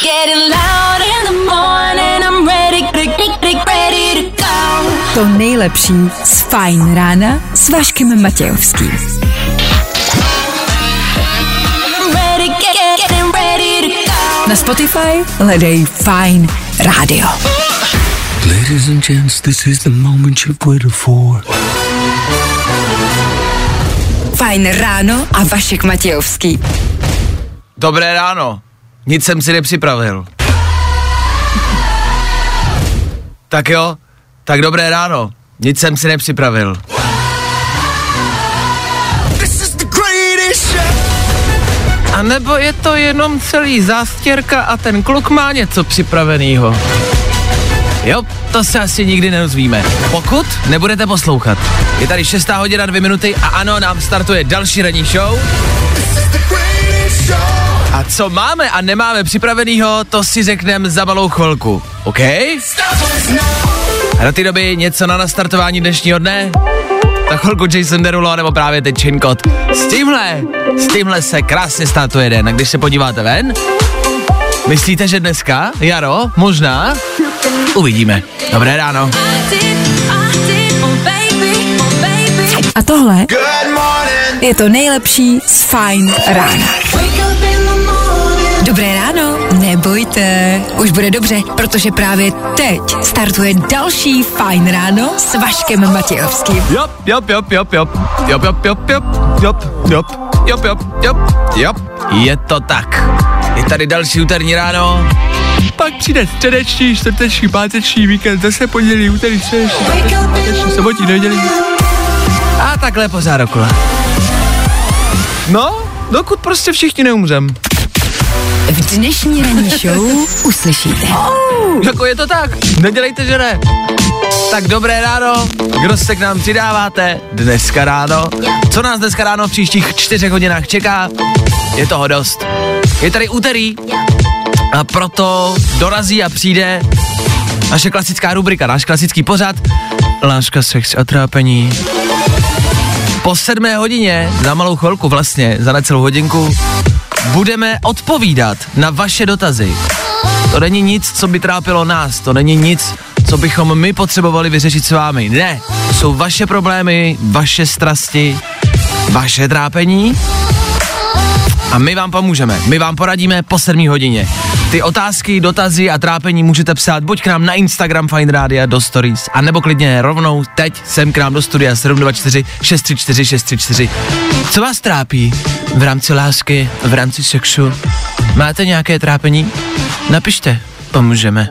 To nejlepší z Fajn rána s Vaškem Matějovským. Na Spotify hledej Fajn rádio. Ladies and gents, this is the moment you've waited for. Fajn ráno a Vašek Matějovský. Dobré ráno. Nic jsem si nepřipravil. Tak jo, tak dobré ráno. Nic jsem si nepřipravil. A nebo je to jenom celý zástěrka a ten kluk má něco připravenýho? Jo, to se asi nikdy nedozvíme, pokud nebudete poslouchat. Je tady 6:02 a ano, nám startuje další ranní show. A co máme a nemáme připravenýho, to si řekneme za malou chvilku, OK? A do té doby něco na nastartování dnešního dne? Tak chvilku Jason Derulo, nebo právě teď Chinkot. S tímhle se krásně startuje den. A když se podíváte ven, myslíte, že dneska, jaro, možná? Uvidíme. Dobré ráno. A tohle je to nejlepší z Fajn rána. Dobré ráno, nebojte, už bude dobře, protože právě teď startuje další Fajn ráno s Vaškem Matějovským. Jop. Je to tak. Je tady další úterní ráno. Pak přijde středeční, čtvrteční, páteční víkend, zase pondělí, úterý, středeční, páteční, sobotní, nedělí. A takhle pořád dokola. No, dokud prostě všichni neumřem. V dnešní ranní show uslyšíte. Jako je to tak, nedělejte, že ne. Tak dobré ráno, kdo se k nám přidáváte dneska ráno. Co nás dneska ráno v příštích 4 hodinách čeká? Je toho dost. Je tady úterý a proto dorazí a přijde naše klasická rubrika, náš klasický pořad Láska, sex a trápení. Po 7 hodině, za malou chvilku vlastně, za necelou hodinku, budeme odpovídat na vaše dotazy. To není nic, co by trápilo nás, to není nic, co bychom my potřebovali vyřešit s vámi. Ne, to jsou vaše problémy, vaše strasti, vaše trápení a my vám pomůžeme, my vám poradíme po 7 hodině. Ty otázky, dotazy a trápení můžete psát buď k nám na Instagram Fajn Rádia do stories, anebo klidně rovnou teď sem k nám do studia 724 634 634. Co vás trápí v rámci lásky, v rámci sexu? Máte nějaké trápení? Napište, pomůžeme.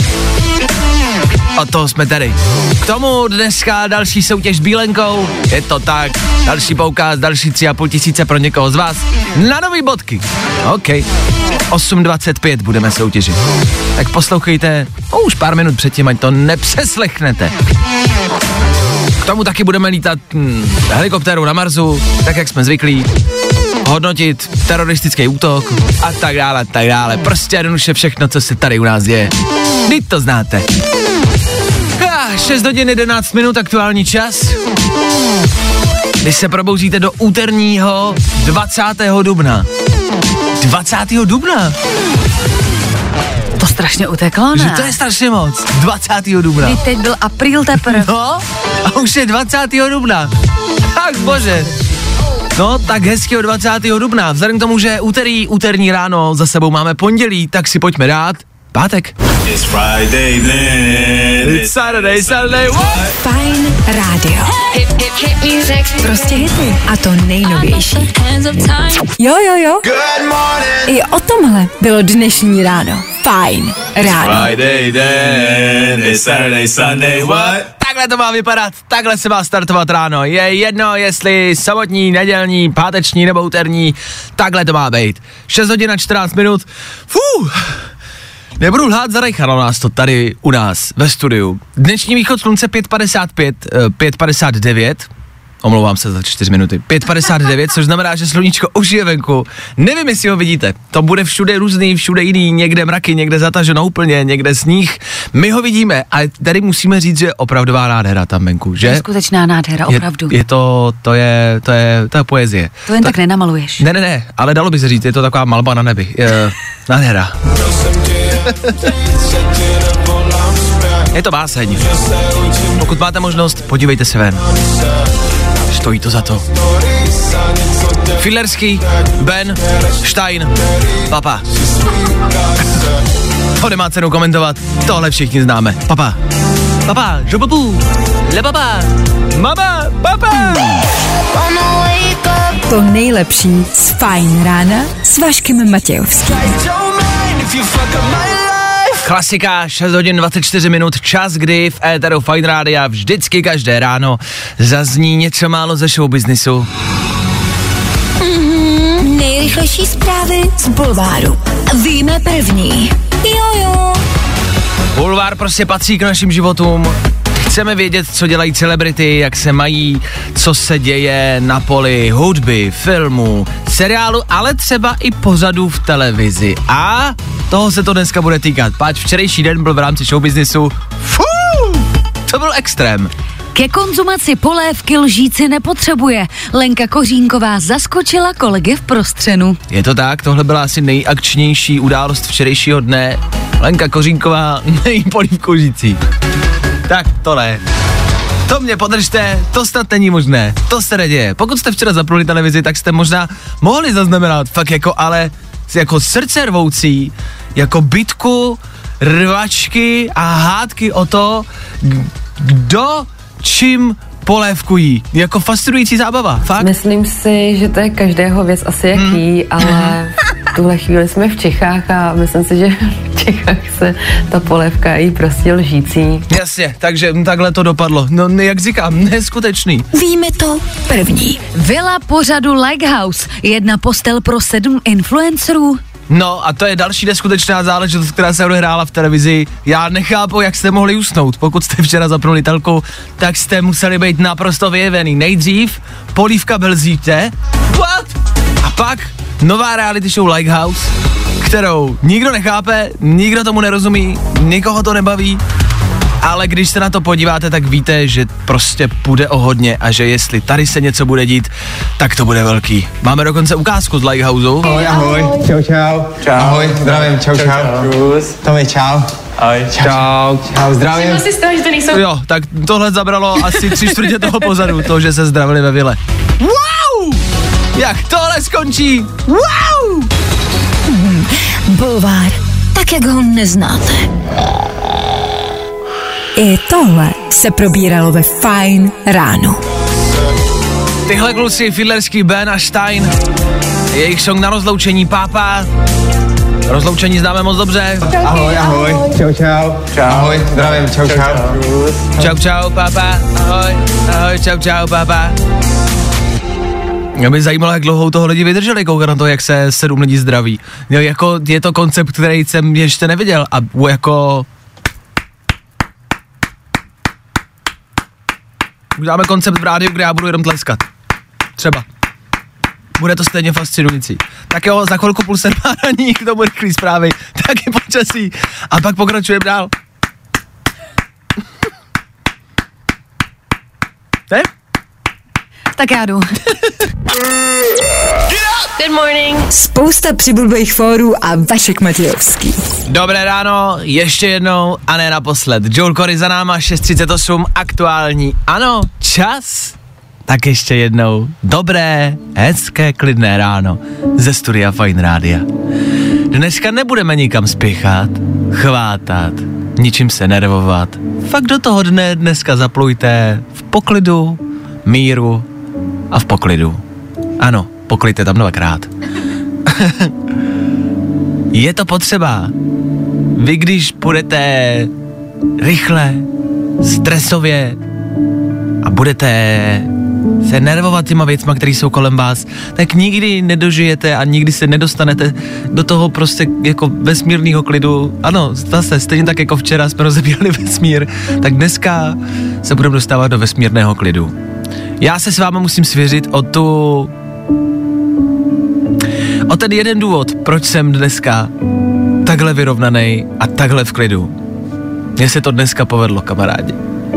O toho jsme tady. K tomu dneska další soutěž s bílenkou, je to tak, další poukaz, další 3,5 tisíce pro někoho z vás na nový bodky. OK, 8:25 budeme soutěžit. Tak poslouchejte už pár minut předtím, ať to nepřeslechnete. K tomu taky budeme lítat helikoptérou na Marsu, tak jak jsme zvyklí, hodnotit teroristický útok a tak dále. Prostě jednoduše všechno, co se tady u nás děje. Vždyť to znáte. 6 hodin 11 minut aktuální čas. Když se probouzíte do úterního 20. dubna. 20. dubna? To strašně uteklo, ne? Že to je strašně moc. 20. dubna. Kdy teď byl apríl teprve. No, a už je 20. dubna. Tak bože. No, tak hezkého 20. dubna. Vzhledem k tomu, že úterní ráno za sebou máme pondělí, tak si pojďme dát pátek. It's Friday then. It's Saturday, Sunday, what? Fajn rádio. Prostě hity. A to nejnovější. Jo. Good morning. I o tomhle bylo dnešní ráno. Fajn ráno. Friday then. It's Saturday, Sunday, what? Takhle to má vypadat, takhle se má startovat ráno. Je jedno, jestli sobotní, nedělní, páteční nebo úterní, takhle to má být. 6 hodin a 14 minut. Nebudu lhát, zanechalo nás to tady u nás ve studiu. Dnešní východ slunce 5:59, Omlouvám se za 4 minuty. 5:59, což znamená, že sluníčko už je venku. Nevím, jestli ho vidíte. To bude všude různý, všude jiný, někde mraky, někde zataženo úplně, někde sníh. My ho vidíme, ale tady musíme říct, že je opravdová nádhera tam venku, že? To je skutečná nádhera, opravdu. To je poezie. To jen tak nenamaluješ. Ne, ale dalo by se říct, je to taková malba na nebi. Nádhera. Je to báseň. Pokud máte možnost, podívejte se ven. Stojí to za to. Fiedlerský, Ben, Stein, Papa. To nemá cenu komentovat, tohle všichni známe. Papa, žopapu, le papa, mama, papa. To nejlepší z Fajn rána s Vaškem Matějovským. Klasika, 6 hodin 24 minut, čas, kdy v éteru Fajn rádia vždycky každé ráno zazní něco málo ze showbiznisu. Nejrychlejší zprávy z bulváru. Víme první. Jo. Bulvár prostě patří k našim životům. Chceme vědět, co dělají celebrity, jak se mají, co se děje na poli hudby, filmu, seriálu, ale třeba i pořadů v televizi. A toho se to dneska bude týkat. Páč včerejší den byl v rámci showbiznisu. To byl extrém. Ke konzumaci polévky lžíci nepotřebuje. Lenka Kořínková zaskočila kolegy v prostřenu. Je to tak, tohle byla asi nejakčnější událost včerejšího dne. Lenka Kořínková nejí polívku lžící. Tak tohle. To mě podržte, to snad není možné, to se neděje. Pokud jste včera zapnuli televizi, tak jste možná mohli zaznamenat fakt jako srdce rvoucí, jako bitku, rvačky a hádky o to, kdo čím polévku jí. Jako fascinující zábava, fakt? Myslím si, že to je každého věc asi jaký, ale v tuhle chvíli jsme v Čechách a myslím si, že v Čechách se ta polévka jí prostě lžící. Jasně, takže takhle to dopadlo. No, jak říkám, neskutečný. Víme to první. Vila pořadu Likehouse, 1 postel pro 7 influencerů. No a to je další neskutečná záležitost, která se odehrála v televizi. Já nechápu, jak jste mohli usnout. Pokud jste včera zapnuli telku, tak jste museli být naprosto vyjevený. Nejdřív polívka belzíte, what? A pak nová reality show Likehouse, kterou nikdo nechápe, nikdo tomu nerozumí, nikoho to nebaví, ale když se na to podíváte, tak víte, že prostě půjde o hodně a že jestli tady se něco bude dít, tak to bude velký. Máme dokonce ukázku z Likehouseu. Ahoj. Čau. Ahoj, zdravím, čau. Tomi, čau. Ahoj. Čau, zdravím. Si z toho, že to nejsou... Jo, tak tohle zabralo asi 3/4 toho pozadu, to, že se zdravili ve vile. Wow! Jak tohle skončí? Wow! Bulvár, tak jak ho neznáte. I tohle se probíralo ve Fajn ráno. Tyhle kluci, Fiedlerský, Ben a Stein, jejich song na rozloučení, Papa. Rozloučení známe moc dobře. Ahoj. Čau. Ahoj, zdravím, čau. Papa. Ahoj, čau, Papa. Mě by zajímalo, jak dlouho toho lidi vydrželi koukat na to, jak se 7 lidí zdraví. Jako je to koncept, který jsem ještě neviděl a jako... Uděláme koncept v rádiu, kde já budu jenom tleskat. Třeba. Bude to stejně fascinující. Tak jo, za chvilku 6:30 raní, k tomu rychlý zprávy, taky počasí. A pak pokračujeme dál. Ne? Tak já jdu. Good morning. Spousta přibulbých fórů a Vašek Matějovský. Dobré ráno, ještě jednou a ne naposled. Joel Corey za náma, 6:38, aktuální. Ano, čas. Tak ještě jednou. Dobré, hezké, klidné ráno ze studia Fajn rádia. Dneska nebudeme nikam spěchat, chvátat, ničím se nervovat. Fakt do toho dne dneska zaplujte v poklidu, míru a v poklidu. Ano, poklidte tam 2krát. Je to potřeba. Vy když půjdete rychle, stresově a budete se nervovat těma věcma, které jsou kolem vás, tak nikdy nedožijete a nikdy se nedostanete do toho prostě jako vesmírného klidu. Ano, zase stejně tak jako včera jsme rozebírali vesmír, tak dneska se budeme dostávat do vesmírného klidu. Já se s váma musím svěřit o ten jeden důvod, proč jsem dneska takhle vyrovnanej a takhle v klidu. Mně se to dneska povedlo, kamarádi.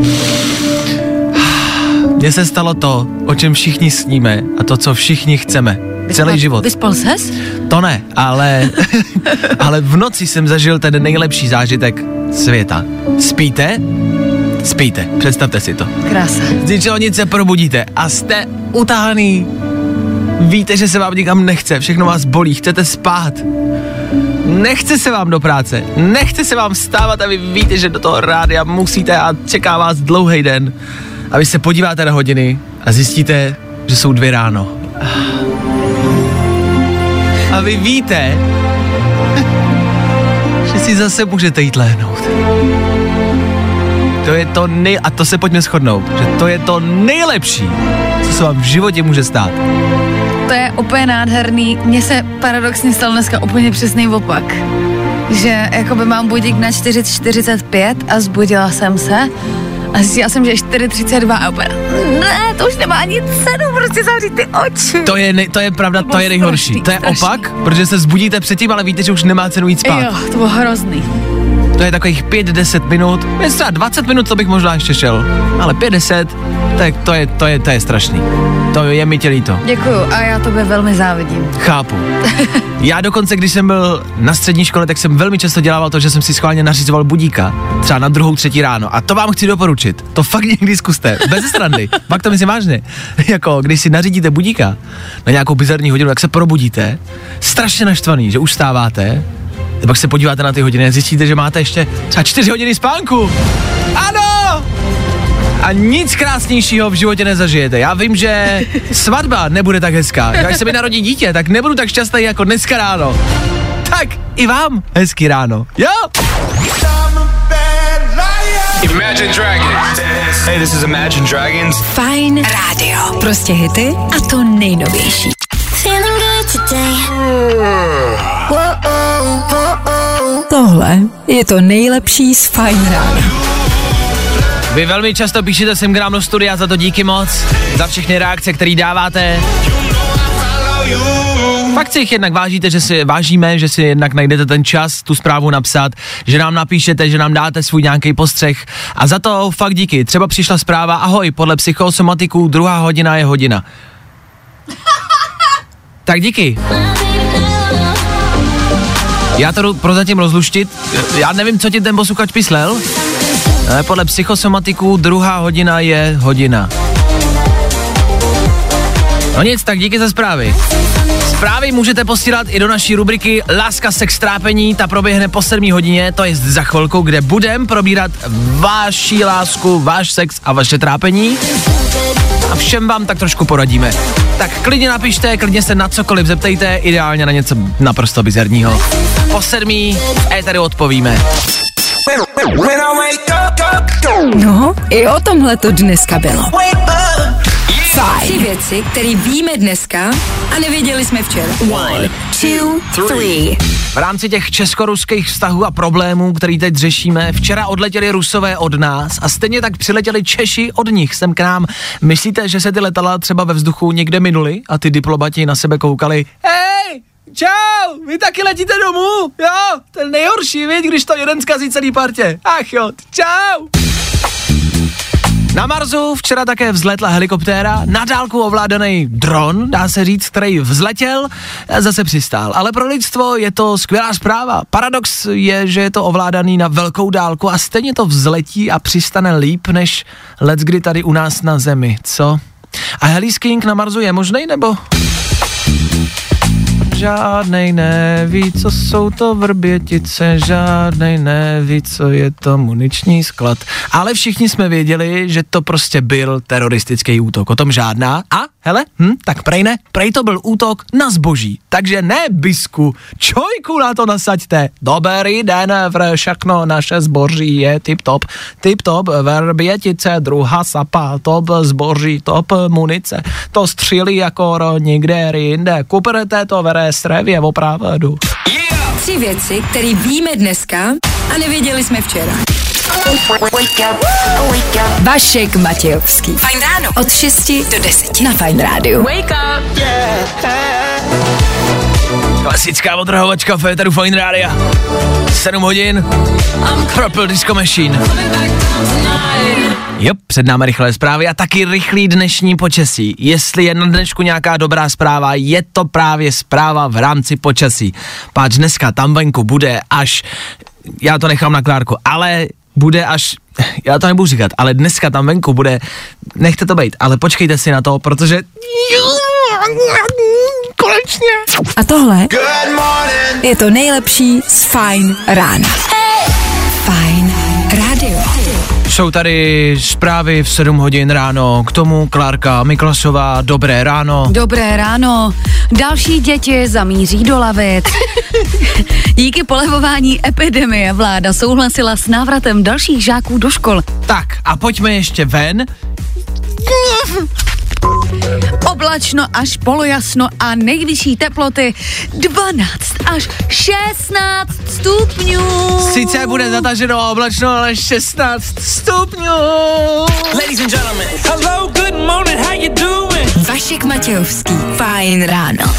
Mně se stalo to, o čem všichni sníme a to, co všichni chceme. Celý život. Vyspal ses? To ne, ale v noci jsem zažil ten nejlepší zážitek světa. Spíte? Spíte, představte si to. Krása. Z ničeho nic se probudíte a jste utahaný. Víte, že se vám nikam nechce, všechno vás bolí, chcete spát. Nechce se vám do práce, nechce se vám vstávat a vy víte, že do toho rádia musíte a čeká vás dlouhý den. A vy se podíváte na hodiny a zjistíte, že jsou 2 ráno. A vy víte, že si zase můžete jít lehnout. To je to a to se pojďme shodnout, že to je to nejlepší, co se vám v životě může stát. To je úplně nádherný. Mně se paradoxně stal dneska úplně přesný opak. Že jakoby mám budík na 4:45 a zbudila jsem se a zjistila jsem, že je 4:32 a úplně, ne, to už nemá ani cenu, prostě zavřít ty oči. To je pravda, to je nejhorší. To je opak, protože se zbudíte předtím, ale víte, že už nemá cenu jít spát. Jo, to bylo hrozný. To je takových 5-10 minut, třeba 20 minut, to bych možná ještě šel, ale 50, tak to je strašný. To je mi tě líto. Děkuju a já tobě velmi závidím. Chápu. Já dokonce, když jsem byl na střední škole, tak jsem velmi často dělával to, že jsem si schválně nařizoval budíka, třeba na 2., 3. ráno. A to vám chci doporučit. To fakt někdy zkuste. Bez srandy. Fakt to myslím vážně. Jako, když si nařídíte budíka na nějakou bizarní hodinu, tak se probudíte, strašně naštvaný, že už vstáváte, a pak se podíváte na ty hodiny a zjistíte, že máte ještě třeba 4 hodiny spánku. Ano! A nic krásnějšího v životě nezažijete. Já vím, že svatba nebude tak hezká. Až se mi narodí dítě, tak nebudu tak šťastný jako dneska ráno. Tak i vám hezký ráno. Jo? Imagine Dragons. Hey, this is Imagine Dragons. Fajn rádio. Prostě hity a to nejnovější. Tohle je to nejlepší z Fajn rána. Vy velmi často píšete sem k nám do studia, za to díky moc, za všechny reakce, které dáváte. Fakt si jich jednak vážíme, že si jednak najdete ten čas tu zprávu napsat, že nám napíšete, že nám dáte svůj nějaký postřeh a za to fakt díky. Třeba přišla zpráva, ahoj, podle psychosomatiků 2. hodina je hodina. Tak díky. Já to jdu prozatím rozluštit, já nevím, co ti ten posluchač myslel, ale podle psychosomatiků 2. hodina je hodina. No nic, tak díky za zprávy. Zprávy můžete posílat i do naší rubriky Láska, sex, trápení, ta proběhne po 7 hodině, to je za chvilku, kde budem probírat vaši lásku, váš sex a vaše trápení. A všem vám tak trošku poradíme. Tak klidně napište, klidně se na cokoliv zeptejte, ideálně na něco naprosto bizarního. Po 7 v éteru odpovíme. No, i o tomhle to dneska bylo. Fajn. 3 věci, které víme dneska a nevěděli jsme včera. 1, 2, 3. V rámci těch česko-ruských vztahů a problémů, který teď řešíme, včera odletěli Rusové od nás a stejně tak přiletěli Češi od nich sem k nám. Myslíte, že se ty letadla třeba ve vzduchu někde minuli a ty diplomati na sebe koukali? Hej, čau, vy taky letíte domů? Jo, ten nejhorší, víc, když to jeden zkazí celý partě. Ach jo, čau. Na Marsu včera také vzletla helikoptéra, na dálku ovládaný dron, dá se říct, který vzletěl a zase přistál. Ale pro lidstvo je to skvělá zpráva. Paradox je, že je to ovládaný na velkou dálku a stejně to vzletí a přistane líp, než leckdy tady u nás na Zemi, co? A heliskiing na Marsu je možnej, nebo? Žádnej neví, co jsou to Vrbětice, žádnej neví, co je to muniční sklad. Ale všichni jsme věděli, že to prostě byl teroristický útok, o tom žádná. A, hele, tak prej to byl útok na zboží. Takže ne, bisku, čojku na to nasaďte. Dobrý den, všechno naše zboží je tip-top, Vrbětice, druhá sapa, top zboží, top munice. To střílí jako nikde jinde. Kupujete to ve Strevě, opravdu. 3 věci, které víme dneska a nevěděli jsme včera. Vašek Matějovský. Fajn ráno. Od 6 do 10 na Fajn rádiu. Wake up. Klasická odrhovačka Féteru Fajn rádia. 7 hodin. Purple Disco Machine. Jo, před námi rychlé zprávy a taky rychlý dnešní počasí. Jestli je na dnešku nějaká dobrá zpráva, je to právě zpráva v rámci počasí. Páč dneska tam venku bude až, já to nechám na Klárku, ale bude až, já to nebudu říkat, ale dneska tam venku bude, nechte to bejt, ale počkejte si na to, protože konečně. A tohle je to nejlepší z Fajn rána. Fajn rádio. Jsou tady zprávy v 7 hodin ráno, k tomu Klárka Miklasová, dobré ráno. Dobré ráno. Další děti zamíří do lavic. Díky polevování epidemie vláda souhlasila s návratem dalších žáků do škol. Tak a pojďme ještě ven. Oblačno až polojasno a nejvyšší teploty 12 až 16 stupňů. Sice bude zataženo a oblačno, ale 16 stupňů. Ladies and gentlemen, hello, good morning, how you doing? Vašek Matějovský. Fajn ráno.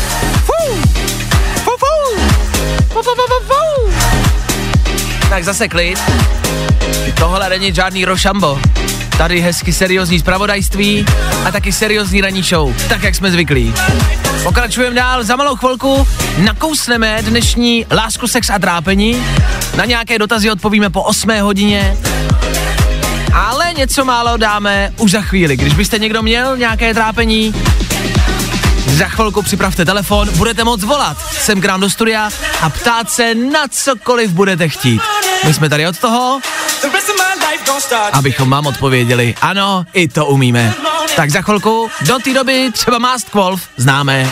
Tak zase klid. Tohle není žádný Rošambo. Tady hezky seriózní zpravodajství a taky seriózní ranní show, tak jak jsme zvyklí. Pokračujeme dál, za malou chvilku nakousneme dnešní lásku, sex a trápení. Na nějaké dotazy odpovíme po 8 hodině. Ale něco málo dáme už za chvíli. Když byste někdo měl nějaké trápení, za chvilku připravte telefon, budete moct volat sem k nám do studia a ptát se na cokoliv budete chtít. My jsme tady od toho, abychom vám odpověděli. Ano, i to umíme. Tak za chvilku, do té doby třeba Masked Wolf známe.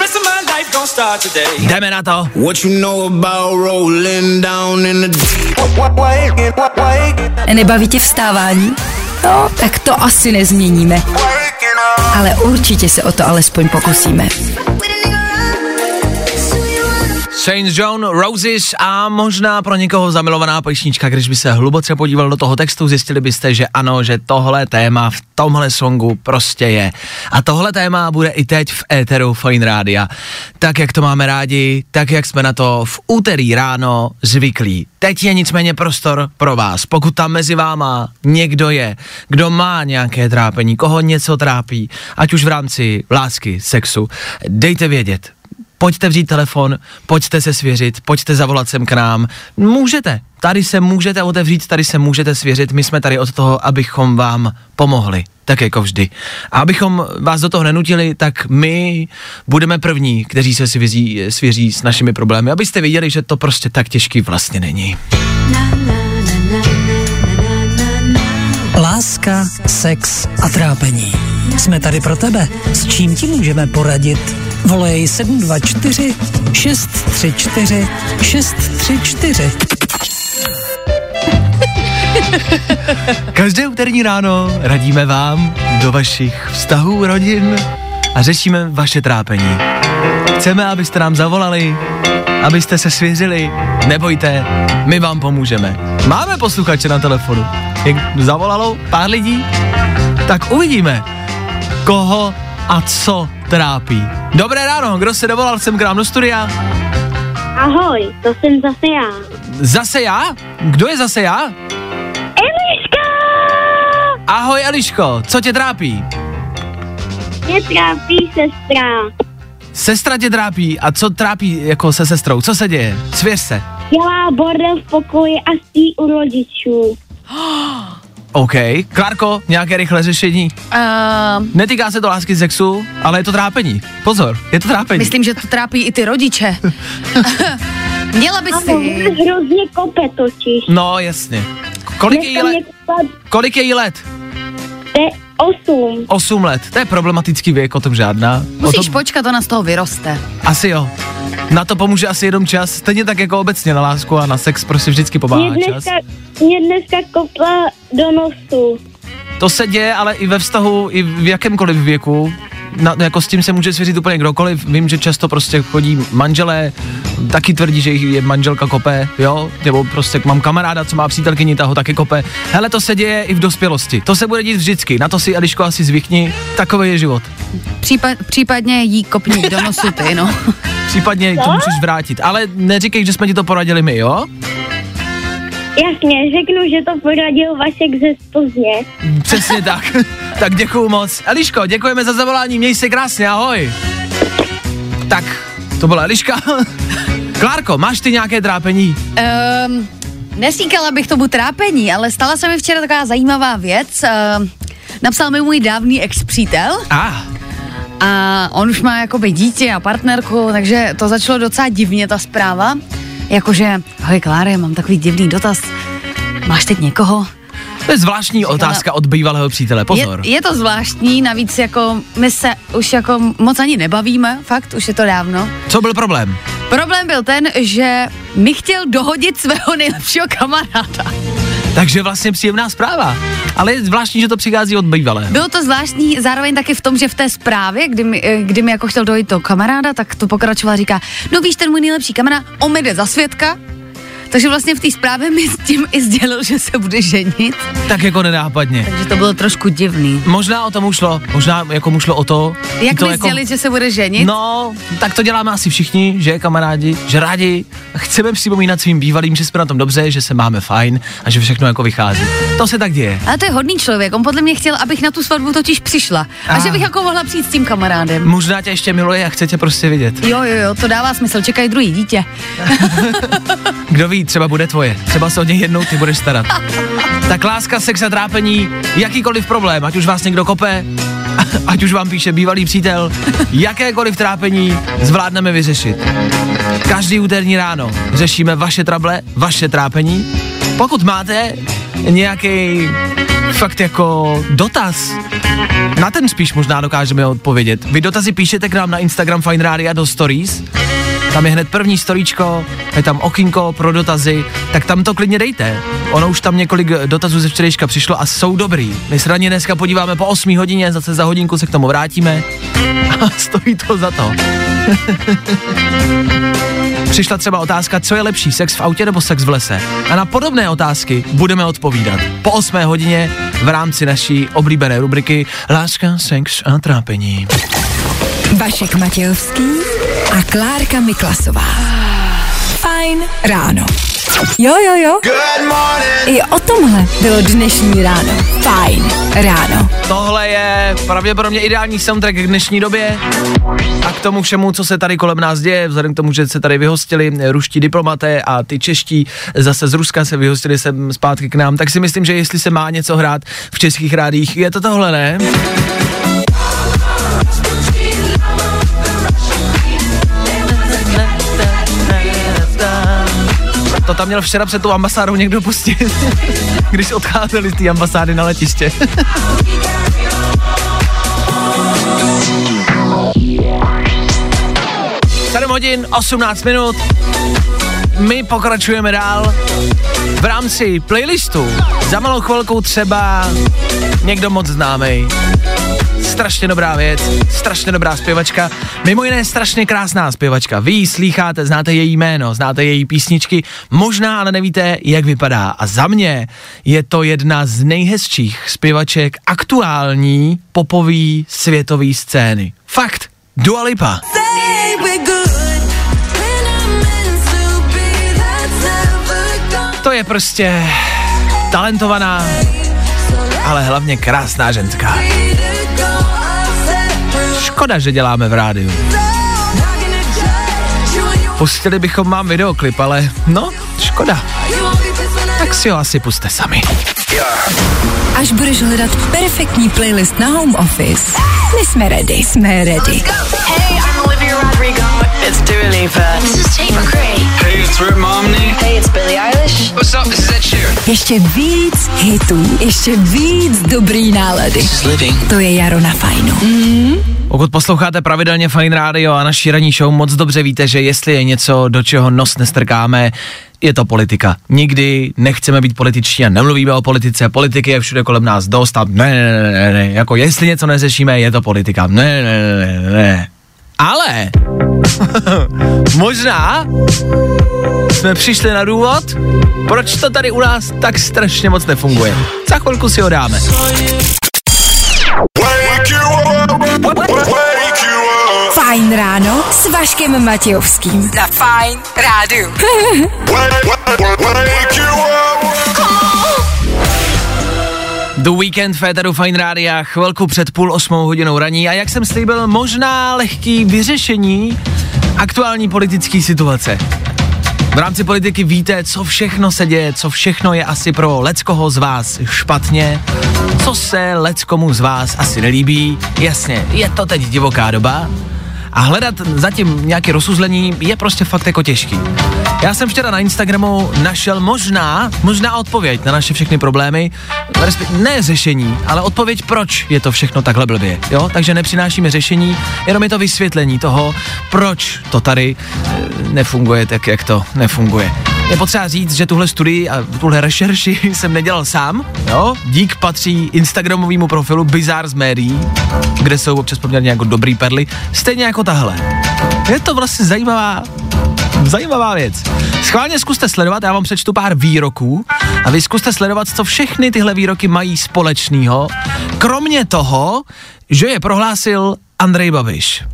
Jdeme na to. Nebaví tě vstávání? No, tak to asi nezměníme. Ale určitě se o to alespoň pokusíme. Saint John Roses a možná pro někoho zamilovaná písnička, když by se hluboce podíval do toho textu, zjistili byste, že ano, že tohle téma v tomhle songu prostě je. A tohle téma bude i teď v éteru Fajn rádia. Tak, jak to máme rádi, tak, jak jsme na to v úterý ráno zvyklí. Teď je nicméně prostor pro vás. Pokud tam mezi váma někdo je, kdo má nějaké trápení, koho něco trápí, ať už v rámci lásky, sexu, dejte vědět. Pojďte vzít telefon, pojďte se svěřit, pojďte zavolat sem k nám. Můžete, tady se můžete otevřít, tady se můžete svěřit, my jsme tady od toho, abychom vám pomohli, tak jako vždy. A abychom vás do toho nenutili, tak my budeme první, kteří se svěří s našimi problémy, abyste viděli, že to prostě tak těžký vlastně není. Láska, sex a trápení. Jsme tady pro tebe. S čím ti můžeme poradit? Volej 724 634 634. Každé úterní ráno radíme vám do vašich vztahů, rodin a řešíme vaše trápení. Chceme, abyste nám zavolali, abyste se svěřili, nebojte, my vám pomůžeme. Máme posluchače na telefonu. Jak zavolalo pár lidí, tak uvidíme, koho a co trápí. Dobré ráno, kdo se dovolal sem k nám do studia? Ahoj, to jsem zase já. Zase já? Kdo je zase já? Eliška! Ahoj Eliško, co tě trápí? Mě trápí sestra. Sestra tě trápí a co trápí jako se sestrou? Co se děje? Svěř se. Dělá bordel v pokoji a spí u rodičů. OK. Klárko, nějaké rychlé řešení? Netýká se to lásky, sexu, ale je to trápení. Pozor, je to trápení. Myslím, že to trápí i ty rodiče. Měla by si... Hrozně kope totiž. No, jasně. Kolik je jí let? To je 8. 8 let, to je problematický věk, o tom žádná. Musíš počkat, ona z toho vyroste. Asi jo. Na to pomůže asi jenom čas, stejně tak jako obecně na lásku a na sex prostě vždycky pomáhá čas. Mě dneska kopla do nosu. To se děje, ale i ve vztahu, i v jakémkoliv věku. jako s tím se může svěřit úplně kdokoliv. Vím, že často prostě chodí manželé, taky tvrdí, že jich je manželka kope, jo, nebo prostě mám kamaráda, co má přítelkyni, ta ho taky kope. Hele, to se děje i v dospělosti. To se bude dít vždycky. Na to si, Eliško, asi zvykni. Takový je život. Případně jí kopni do nosu ty, no. Případně to můžeš vrátit. Ale neříkej, že jsme ti to poradili my, jo? Jasně, řeknu, že to poradil Vašek ze Plzně. Přesně tak. Tak děkuju moc. Eliško, děkujeme za zavolání, měj se krásně, ahoj. Tak, to byla Eliška. Klárko, máš ty nějaké trápení? Nesíkala bych tomu trápení, ale stala se mi včera taková zajímavá věc. Napsal mi můj dávný ex-přítel. A on už má jakoby dítě a partnerku, takže to začalo docela divně, ta zpráva. Jakože, ahoj Kláry, mám takový divný dotaz. Máš teď někoho? To je zvláštní otázka od bývalého přítele, pozor. Je to zvláštní, navíc jako my se už jako moc ani nebavíme, fakt, už je to dávno. Co byl problém? Problém byl ten, že mi chtěl dohodit svého nejlepšího kamaráda. Takže vlastně příjemná zpráva. Ale je zvláštní, že to přichází od bývalého. Bylo to zvláštní zároveň taky v tom, že v té zprávě, kdy mi jako chtěl dojít toho kamaráda, tak to pokračoval, říká, no víš, ten můj nejlepší kamarád, on mi jde za svědka. Takže vlastně v té zprávě mi s tím i sdělil, že se bude ženit. Tak jako nenápadně. Takže to bylo trošku divný. Možná o tom ušlo, možná jako mu šlo o to. Jak to mi jako, sdělit, že se bude ženit? No, tak to děláme asi všichni, že kamarádi, že rádi chceme připomínat svým bývalým, že jsme na tom dobře, že se máme fajn a že všechno jako vychází. To se tak děje. Ale to je hodný člověk, on podle mě chtěl, abych na tu svatbu totiž přišla. A že bych jako mohla přijít s tím kamarádem. Možná tě ještě miluje a chce tě prostě vidět. Jo, to dává smysl, čekaj druhý dítě. Kdo ví, třeba bude tvoje. Třeba se o něj jednou ty budeš starat. Tak láska, sex a trápení, jakýkoliv problém, ať už vás někdo kope, ať už vám píše bývalý přítel, jakékoliv trápení zvládneme vyřešit. Každý úterní ráno řešíme vaše trable, vaše trápení. Pokud máte nějaký fakt jako dotaz, na ten spíš možná dokážeme odpovědět. Vy dotazy píšete k nám na Instagram Fajn Rádia do stories. Tam je hned první storíčko, je tam okinko pro dotazy, tak tam to klidně dejte. Ono už tam několik dotazů ze včerejška přišlo a jsou dobrý. My se na ně dneska podíváme po 8 hodině, zase za hodinku se k tomu vrátíme a stojí to za to. Přišla třeba otázka, co je lepší, sex v autě nebo sex v lese. A na podobné otázky budeme odpovídat po 8 hodině v rámci naší oblíbené rubriky Láska, sex a trápení. Vašek Matějovský a Klárka Miklasová. Fajn ráno. Jo. Good morning. I o tomhle bylo dnešní ráno. Fajn ráno. Tohle je pravděpodobně ideální soundtrack k dnešní době a k tomu všemu, co se tady kolem nás děje, vzhledem k tomu, že se tady vyhostili ruští diplomaté a ty čeští zase z Ruska se vyhostili sem zpátky k nám, tak si myslím, že jestli se má něco hrát v českých rádiích, je to tohle, ne? To tam měl včera před tou ambasádou někdo pustit, když odcházeli z té ambasády na letiště. Sedm hodin, 18 minut. My pokračujeme dál v rámci playlistu. Za malou chvilkou třeba někdo moc známej. Strašně dobrá věc, strašně dobrá zpěvačka, mimo jiné strašně krásná zpěvačka. Vy ji slýcháte, znáte její jméno, znáte její písničky, možná ale nevíte, jak vypadá. A za mě je to jedna z nejhezčích zpěvaček aktuální popový světový scény. Fakt, Dua Lipa. To je prostě talentovaná, ale hlavně krásná ženská. Škoda, že děláme v rádiu. Pustili bychom vám videoklip, ale no, škoda. Tak si ho asi puste sami. Až budeš hledat perfektní playlist na home office, my jsme ready. Hey, I'm Olivia Rodrigo. It's Dua Lipa. This is Tate McRae. Hey, it's Rick Momney. Hey, it's Billie Eilish. What's up, this is Ed Sheeran. Ještě víc hitů, ještě víc dobrý nálady. To je jaro na fajnu. Pokud posloucháte pravidelně Fajn Radio a naší ranní show, moc dobře víte, že jestli je něco, do čeho nos nestrkáme, je to politika. Nikdy nechceme být političtí a nemluvíme o politice. Politiky je všude kolem nás dost a ne. Jako jestli něco neřešíme, je to politika. Ne. Ale možná jsme přišli na důvod, proč to tady u nás tak strašně moc nefunguje. Za chvilku si ho dáme. Fajn ráno s Vaškem Matějovským. Na Fajn rádiu. The Weekend Féteru Fajn rádia, chvilku před 7:30 raní a jak jsem slíbil, možná lehký vyřešení aktuální politické situace. V rámci politiky víte, co všechno se děje, co všechno je asi pro leckoho z vás špatně, co se leckomu z vás asi nelíbí. Jasně, je to teď divoká doba a hledat zatím nějaké rozuzlení je prostě fakt jako těžký. Já jsem včera na Instagramu našel možná odpověď na naše všechny problémy, ne řešení, ale odpověď, proč je to všechno takhle blbě, jo? Takže nepřinášíme řešení, jenom je to vysvětlení toho, proč to tady nefunguje tak, jak to nefunguje. Je potřeba říct, že tuhle studii a tuhle rešerši jsem nedělal sám, jo? Dík patří instagramovému profilu Bizarre z médií, kde jsou občas poměrně jako dobrý perly, stejně jako tahle. Je to vlastně zajímavá věc. Schválně zkuste sledovat, já vám přečtu pár výroků a vy zkuste sledovat, co všechny tyhle výroky mají společného, kromě toho, že je prohlásil Andrej Babiš.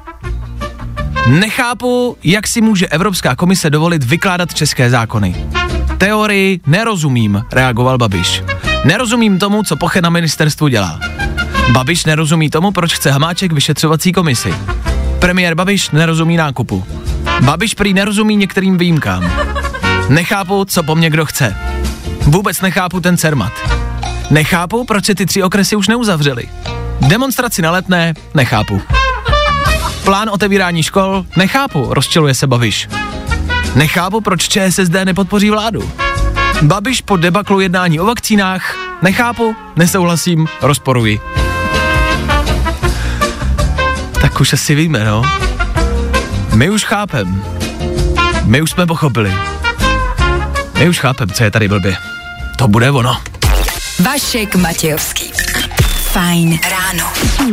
Nechápu, jak si může Evropská komise dovolit vykládat české zákony. Teorii nerozumím, reagoval Babiš. Nerozumím tomu, co Poche na ministerstvu dělá. Babiš nerozumí tomu, proč chce Hamáček vyšetřovací komisi. Premiér Babiš nerozumí nákupu. Babiš prý nerozumí některým výjimkám. Nechápu, co po mně kdo chce. Vůbec nechápu ten Cermat. Nechápu, proč se ty 3 okresy už neuzavřely. Demonstraci na Letné nechápu. Plán otevírání škol nechápu, rozčiluje se Babiš. Nechápu, proč ČSSD nepodpoří vládu. Babiš po debaklu jednání o vakcínách nechápu, nesouhlasím, rozporuji. Tak už asi víme, no. My už chápem. My už jsme pochopili. My už chápem, co je tady blbě. To bude ono. Vašek Matějovský. Fajn ráno.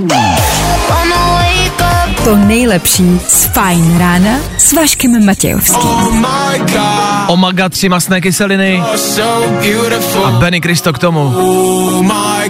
To nejlepší z Fajn rána s Vaškem Matějovským. Omega 3 mastné kyseliny a Benny Cristo k tomu. Oh my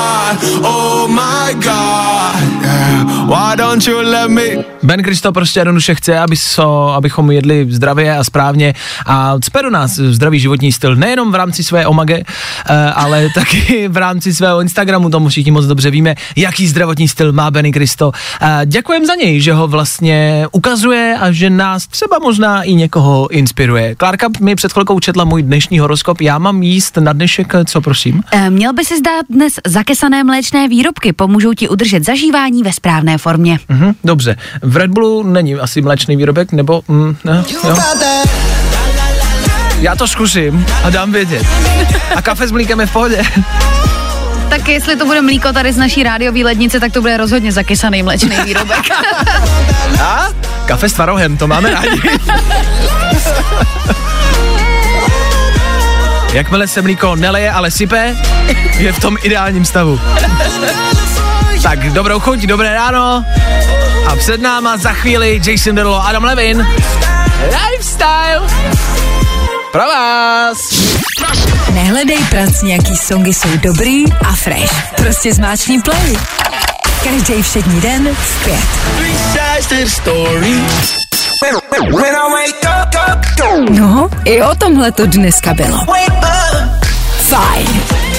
God, why don't you let me? Ben Cristo prostě jednoduše chce, abychom jedli zdravě a správně a cpe do nás zdravý životní styl, nejenom v rámci své Omega, ale taky v rámci svého Instagramu, tomu všichni moc dobře víme, jaký zdravotní styl má Benny Cristo. Děkujem za něj, že ho vlastně ukazuje a že nás třeba možná i někoho inspiruje. Klárka mi před chvilkou četla můj dnešní horoskop, já mám jíst na dnešek, co prosím? Měl by si zdát dnes zakesané mléčné výrobky, pomůžou ti udržet zažívání ve správné formě. Dobře, v Red Bullu není asi mléčný výrobek, nebo ne, jo. Já to zkusím a dám vědět. A kafe s mlíkem je v pohodě. Tak jestli to bude mlíko tady z naší rádiové lednice, tak to bude rozhodně zakysaný mléčný výrobek. A? Kafe s tvarohem, to máme rádi. Jakmile se mlíko neleje, ale sype, je v tom ideálním stavu. Tak dobrou chuť, dobré ráno. A před náma za chvíli Jason Derulo, Adam Levin. Lifestyle. Pro vás. Nehledej pracňaký songy jsou dobrý a fresh. Prostě zmáčkni play. Každý všední den v 5. No, i o tomhle to dneska bylo. Fajn.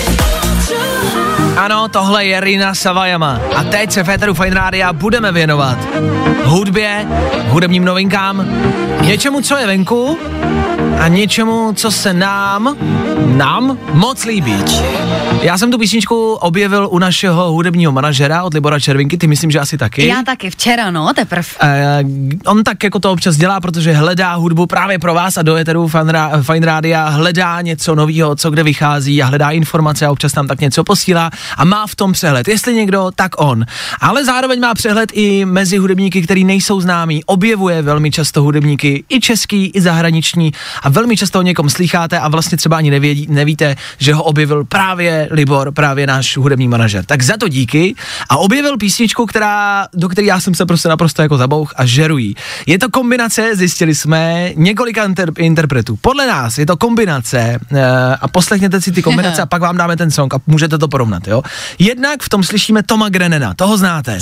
Ano, tohle je Rina Sawayama. A teď se Féteru Fajn rádia budeme věnovat hudbě, hudebním novinkám, něčemu, co je venku a něčemu, co se nám moc líbí. Já jsem tu písničku objevil u našeho hudebního manažera od Libora Červinky, ty myslím, že asi taky. Já taky, včera, no, teprv. On tak jako to občas dělá, protože hledá hudbu právě pro vás a do éteru Fine Rádia, hledá něco nového, co kde vychází a hledá informace a občas tam tak něco posílá a má v tom přehled. Jestli někdo, tak on. Ale zároveň má přehled i mezi hudebníky, který nejsou známí. Objevuje velmi často hudebníky i český, i zahraniční a velmi často o někom slycháte a vlastně třeba ani nevíte, že ho objevil právě Libor, právě náš hudební manažer. Tak za to díky a objevil písničku, do které já jsem se prostě naprosto jako zabouch a žerují. Je to kombinace, zjistili jsme, několika interpretů. Podle nás je to kombinace a poslechněte si ty kombinace a pak vám dáme ten song a můžete to porovnat, jo. Jednak v tom slyšíme Toma Grenena, toho znáte.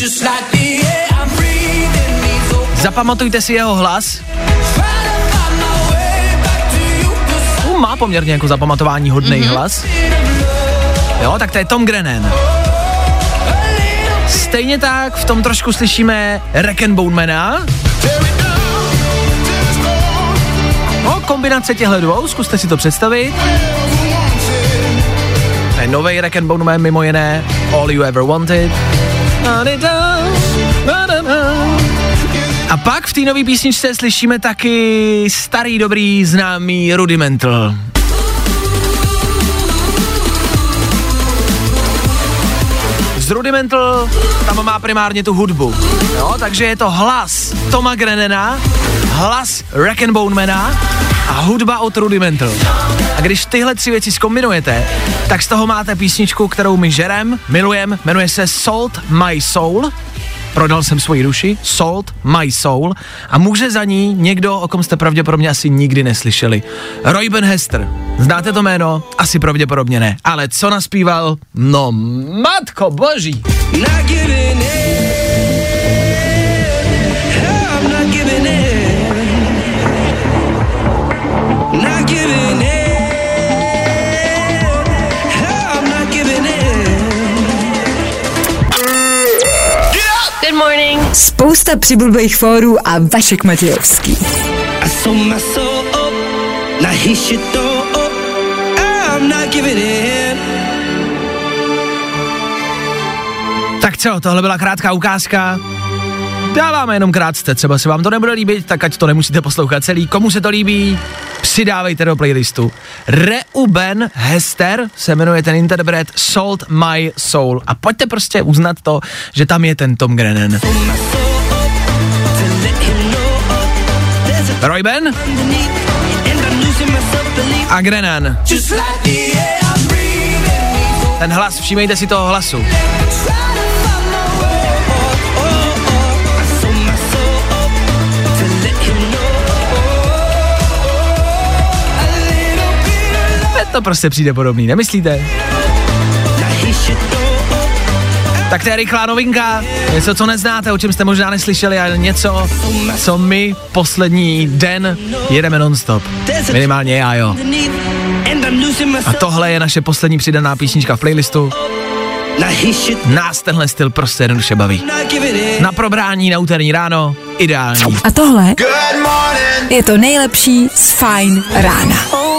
Zapamatujte si jeho hlas. Má poměrně jako zapamatování hodnej hlas. Jo, tak to je Tom Grennan. Stejně tak v tom trošku slyšíme Rackenbonemana. No, kombinace těchto dvou, zkuste si to představit. To je novej Rackenboneman, mimo jiné All You Ever Wanted. A pak v té nové písničce slyšíme taky starý, dobrý, známý Rudimental. Z Rudimental tam má primárně tu hudbu, jo, takže je to hlas Toma Grennana, hlas Rackenbonemana a hudba od Rudimental. A když tyhle tři věci zkombinujete, tak z toho máte písničku, kterou my milujeme, jmenuje se Sold My Soul. Prodal jsem svoji duši, Sold My Soul, a může za ní někdo, o kom jste pravděpodobně asi nikdy neslyšeli. Reuben Hester. Znáte to jméno? Asi pravděpodobně ne. Ale co naspíval? No, matko boží. Good morning. Spousta přibulbých fórů a Vašek Matějovský. Tak co, tohle byla krátká ukázka. Dáváme jenom krátce, třeba se vám to nebude líbit, tak ať to nemusíte poslouchat celý. Komu se to líbí, přidávejte do playlistu. Reuben Hester se jmenuje ten interpret, Sold My Soul. A pojďte prostě uznat to, že tam je ten Tom Grennan. Reuben a Grennan. Ten hlas, všímejte si toho hlasu. To prostě přijde podobný, nemyslíte? Tak to je rychlá novinka, něco, co neznáte, o čem jste možná neslyšeli, ale něco, co my poslední den jedeme non-stop. Minimálně já, jo. A tohle je naše poslední přidaná písnička v playlistu. Nás tenhle styl prostě jednoduše baví. Na probrání na úterní ráno, ideální. A tohle je to nejlepší z Fajn rána.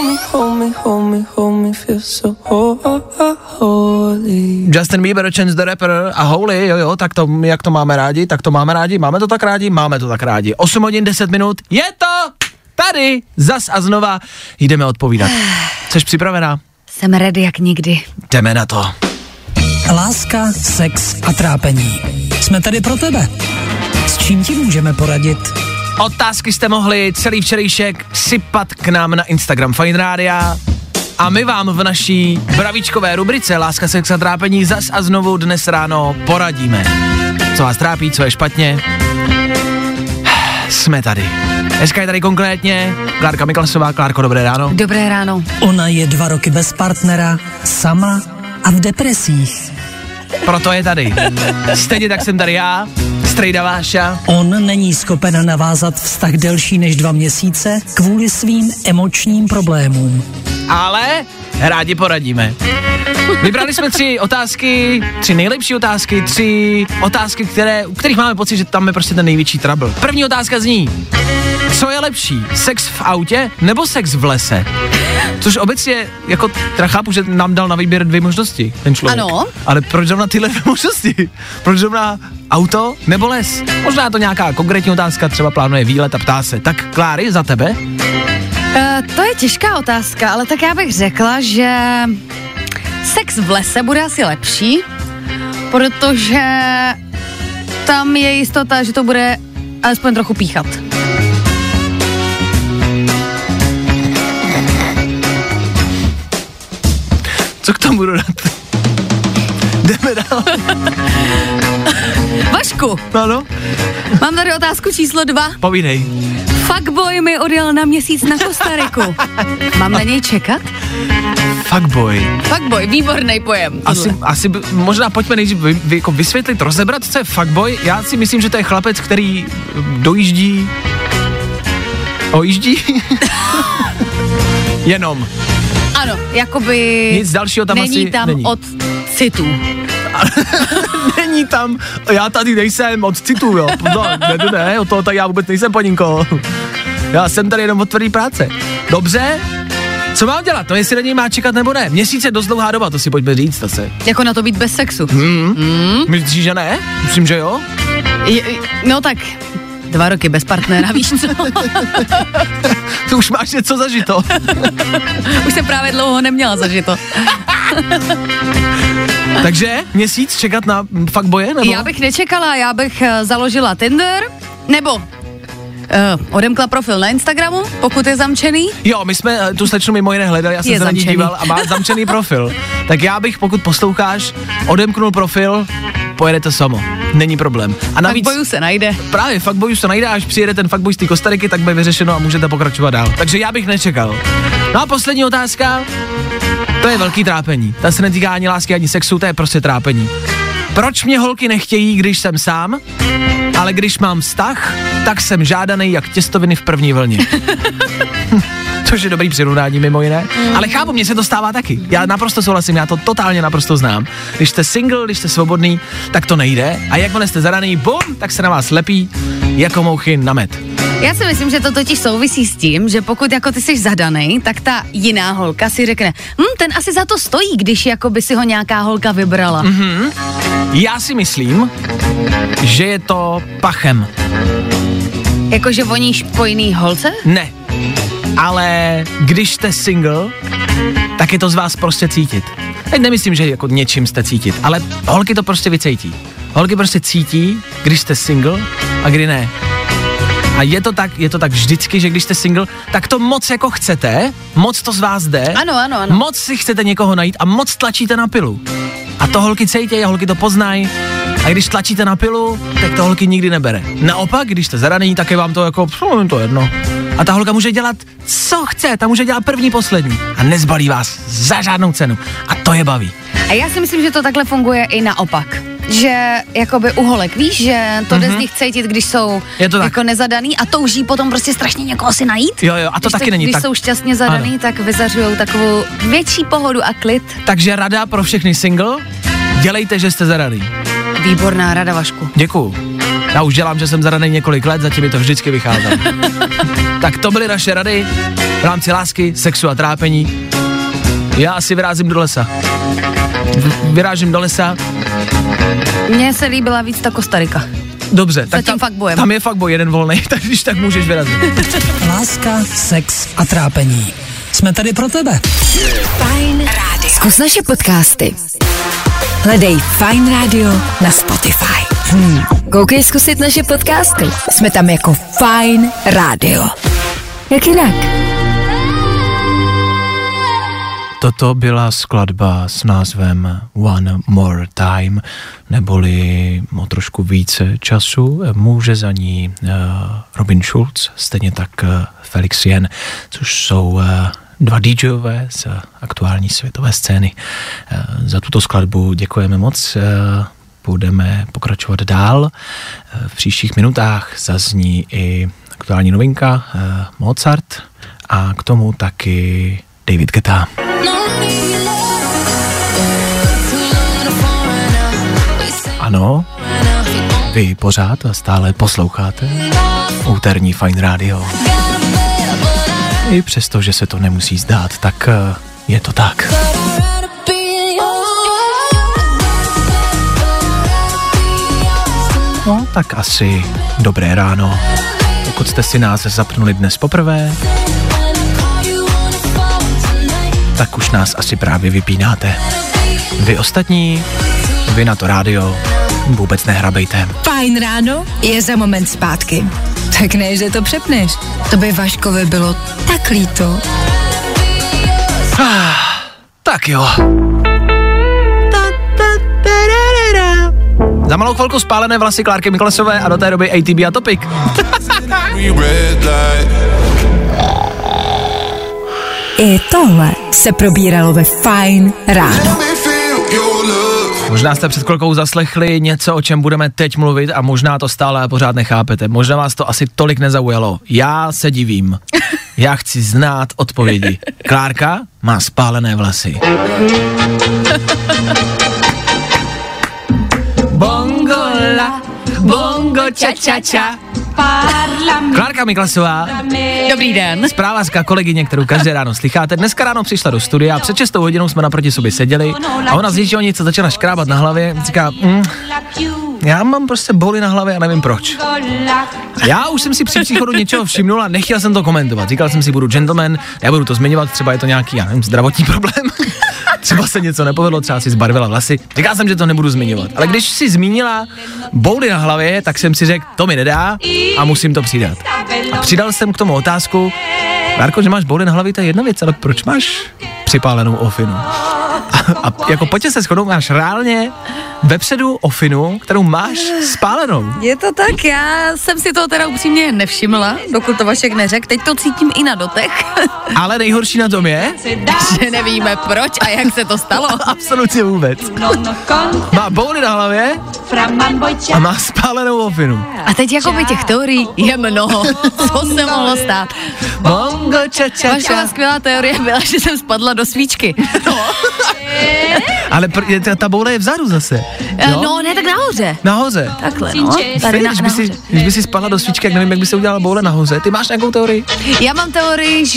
Justin Bieber, Chance the Rapper a Holy, jo, tak to, jak to máme rádi, tak to máme rádi, máme to tak rádi. 8 hodin 10 minut, je to tady, zas a znova, jdeme odpovídat. Jseš připravená? Jsem ready jak nikdy. Jdeme na to. Láska, sex a trápení. Jsme tady pro tebe. S čím ti můžeme poradit? Otázky jste mohli celý včerejšek sypat k nám na Instagram Fajn Rádia a my vám v naší bravíčkové rubrice Láska, sex a trápení zas a znovu dnes ráno poradíme. Co vás trápí, co je špatně? Jsme tady. Dneska je tady konkrétně Klárka Miklasová. Klárko, dobré ráno. Dobré ráno. Ona je 2 roky bez partnera, sama a v depresích. Proto je tady. Stejně tak jsem tady já, strejda Váša. On není schopen navázat vztah delší než 2 měsíce kvůli svým emočním problémům. Ale rádi poradíme. Vybrali jsme 3 otázky, 3 nejlepší otázky, 3 otázky, u kterých máme pocit, že tam je prostě ten největší trouble. První otázka zní: Co je lepší, sex v autě nebo sex v lese? Což obecně, jako teda chápu, že nám dal na výběr 2 možnosti, ten člověk. Ano. Ale proč zrovna tyhle 2 možnosti? Proč zrovna auto nebo les? Možná je to nějaká konkrétní otázka, třeba plánuje výlet a ptá se. Tak Kláry, za tebe? To je těžká otázka, ale tak já bych řekla, že sex v lese bude asi lepší, protože tam je jistota, že to bude alespoň trochu píchat. Co k tomu dodat? Jdeme dál. Vašku. Ano? Mám tady otázku číslo 2. Povídej. Fuckboy mi odjel na měsíc na Kostariku. Mám na něj čekat? Fuckboy. Fuckboy, výborný pojem. Asi možná pojďme nejdřív jako vysvětlit, rozebrat, co je fuckboy. Já si myslím, že to je chlapec, který dojíždí... Ojíždí? Jenom. Ano, jakoby... Nic dalšího tam není asi tam není. od citu. Není tam, já tady nejsem od citu, jo. Ne, od toho tady já vůbec nejsem, paninko. Já jsem tady jenom od tvrdý práce. Dobře, co mám dělat? To jestli na něj má čekat nebo ne. Měsíc je dost dlouhá doba, to si pojďme říct zase. Jako na to být bez sexu. Myslíš, že ne? Myslím, že jo. No tak 2 roky bez partnera, víš co? Ty už máš něco zažito. Už jsem právě dlouho neměla zažito. Takže měsíc čekat na fuckboye, nebo? Já bych nečekala, já bych založila Tinder, nebo odemkla profil na Instagramu, pokud je zamčený. Jo, my jsme tu slečnu mimo jiné hledali, já jsem se na ní díval a má zamčený profil. Tak já bych, pokud posloucháš, odemknul profil, pojede to samo. Není problém. A navíc... Fuckboyu se najde. Právě, fuckboyu se najde, až přijede ten fuckboy z té Kostariky, tak bude vyřešeno a můžete pokračovat dál. Takže já bych nečekal. No a poslední otázka, to je velký trápení. Ta se netýká ani lásky, ani sexu, to je prostě trápení. Proč mě holky nechtějí, když jsem sám, ale když mám vztah, tak jsem žádaný jak těstoviny v první vlně. Což je dobrý přirovnání mimo jiné. Ale chápu, mně se to stává taky. Já naprosto souhlasím, já to totálně naprosto znám. Když jste single, když jste svobodný, tak to nejde. A jakmile jste zadaný, bum, tak se na vás lepí jako mouchy na med. Já si myslím, že to totiž souvisí s tím, že pokud jako ty jsi zadanej, tak ta jiná holka si řekne, ten asi za to stojí, když jako by si ho nějaká holka vybrala. Já si myslím, že je to pachem. Jakože voníš po jiný holce? Ne. Ale když jste single, tak je to z vás prostě cítit. Teď nemyslím, že jako něčím jste cítit, ale holky to prostě vycítí. Holky prostě cítí, když jste single a kdy ne. A je to tak vždycky, že když jste single, tak to moc jako chcete, moc to z vás jde. Ano. Moc si chcete někoho najít a moc tlačíte na pilu. A to holky cítějí a holky to poznají. A když tlačíte na pilu, tak to holky nikdy nebere. Naopak, když jste zadaný, tak je vám to jako, to jedno. A ta holka může dělat, co chce, ta může dělat první, poslední. A nezbalí vás za žádnou cenu. A to je baví. A já si myslím, že to takhle funguje i naopak. Že jakoby u holek, víš, že to jde z nich cítit, když jsou jako nezadaný a touží potom prostě strašně někoho si najít. Jo, a to taky není když tak. Když jsou šťastně zadaný, ano, tak vyzařujou takovou větší pohodu a klid. Takže rada pro všechny single, dělejte, že jste zadaný. Výborná rada, Vašku. Děkuju. Já už dělám, že jsem zadaný několik let, zatím mi to vždycky vychází. Tak to byly naše rady v rámci lásky, sexu a trápení. Já asi vyrážím do lesa. Mně se líbila víc ta Kostarika. Dobře, tak tam je fuckboy jeden volnej, tak když tak můžeš vyrazit. Láska, sex a trápení. Jsme tady pro tebe. Fajn rádio. Zkus naše podcasty. Hledej Fajn rádio na Spotify. Koukej zkusit naše podcasty. Jsme tam jako Fajn rádio. Jak jinak? Toto byla skladba s názvem One More Time, neboli o trošku více času. Může za ní Robin Schulz, stejně tak Felix Jen, což jsou dva DJové z aktuální světové scény. Za tuto skladbu děkujeme moc. Budeme pokračovat dál. V příštích minutách zazní i aktuální novinka Mozart a k tomu taky David Guetta. Ano, vy pořád a stále posloucháte úterní Fajn rádio. I přesto, že se to nemusí zdát, tak je to tak. No, tak asi dobré ráno. Pokud jste si nás zapnuli dnes poprvé, tak už nás asi právě vypínáte. Vy ostatní, vy na to rádio vůbec nehrabejte. Fajn ráno je za moment zpátky. Tak ne, že to přepneš. To by Vaškovi bylo tak líto. Tak jo. Za malou chvilku spálené vlasy Klárky Miklasové a do té doby ATB a Topic. I tohle se probíralo ve Fajn ráno. Možná jste před chvilkou zaslechli něco, o čem budeme teď mluvit a možná to stále a pořád nechápete. Možná vás to asi tolik nezaujalo. Já se divím. Já chci znát odpovědi. Klárka má spálené vlasy. Bongola, bongo cha cha cha. Klárka Miklasová. Dobrý den. Zprávařka, kolegyně, kterou každé ráno slycháte. Dneska ráno přišla do studia a před 6 hodinou jsme naproti sobě seděli a ona z ničeho nic začala škrábat na hlavě. Říká, já mám prostě boli na hlavě a nevím proč. A já už jsem si při příchodu něčeho všimnul a nechtěl jsem to komentovat. Říkal jsem si, budu gentleman, nebudu to zmiňovat, třeba je to nějaký, já nevím, zdravotní problém. Třeba se něco nepovedlo, třeba si zbarvila vlasy. Říkal jsem, že to nebudu zmiňovat. Ale když si zmínila bouly na hlavě, tak jsem si řekl, to mi nedá a musím to přidat. A přidal jsem k tomu otázku, Várko, že máš bouly na hlavě, to je jedna věc, ale proč máš připálenou ofinu? A jako pojďte se shodnout, máš reálně vepředu ofinu, kterou máš spálenou. Je to tak, já jsem si to teda upřímně nevšimla, dokud to Vašek neřekl, teď to cítím i na dotech. Ale nejhorší na tom je, že nevíme proč a jak se to stalo. Absolutně vůbec. Má bouly na hlavě a má spálenou ofinu. A teď jako by těch teorií je mnoho. Co se mohlo stát? Bongo cha cha cha. Vašková skvělá teorie byla, že jsem spadla do svíčky. No. Ale ta boule je vzadu zase. No, ne, tak nahoře. Nahoře. Takhle, no. Tady když by si spadla do svíčky, jak nevím, jak by se udělala boule nahoře. Ty máš nějakou teorii? Já mám teorii,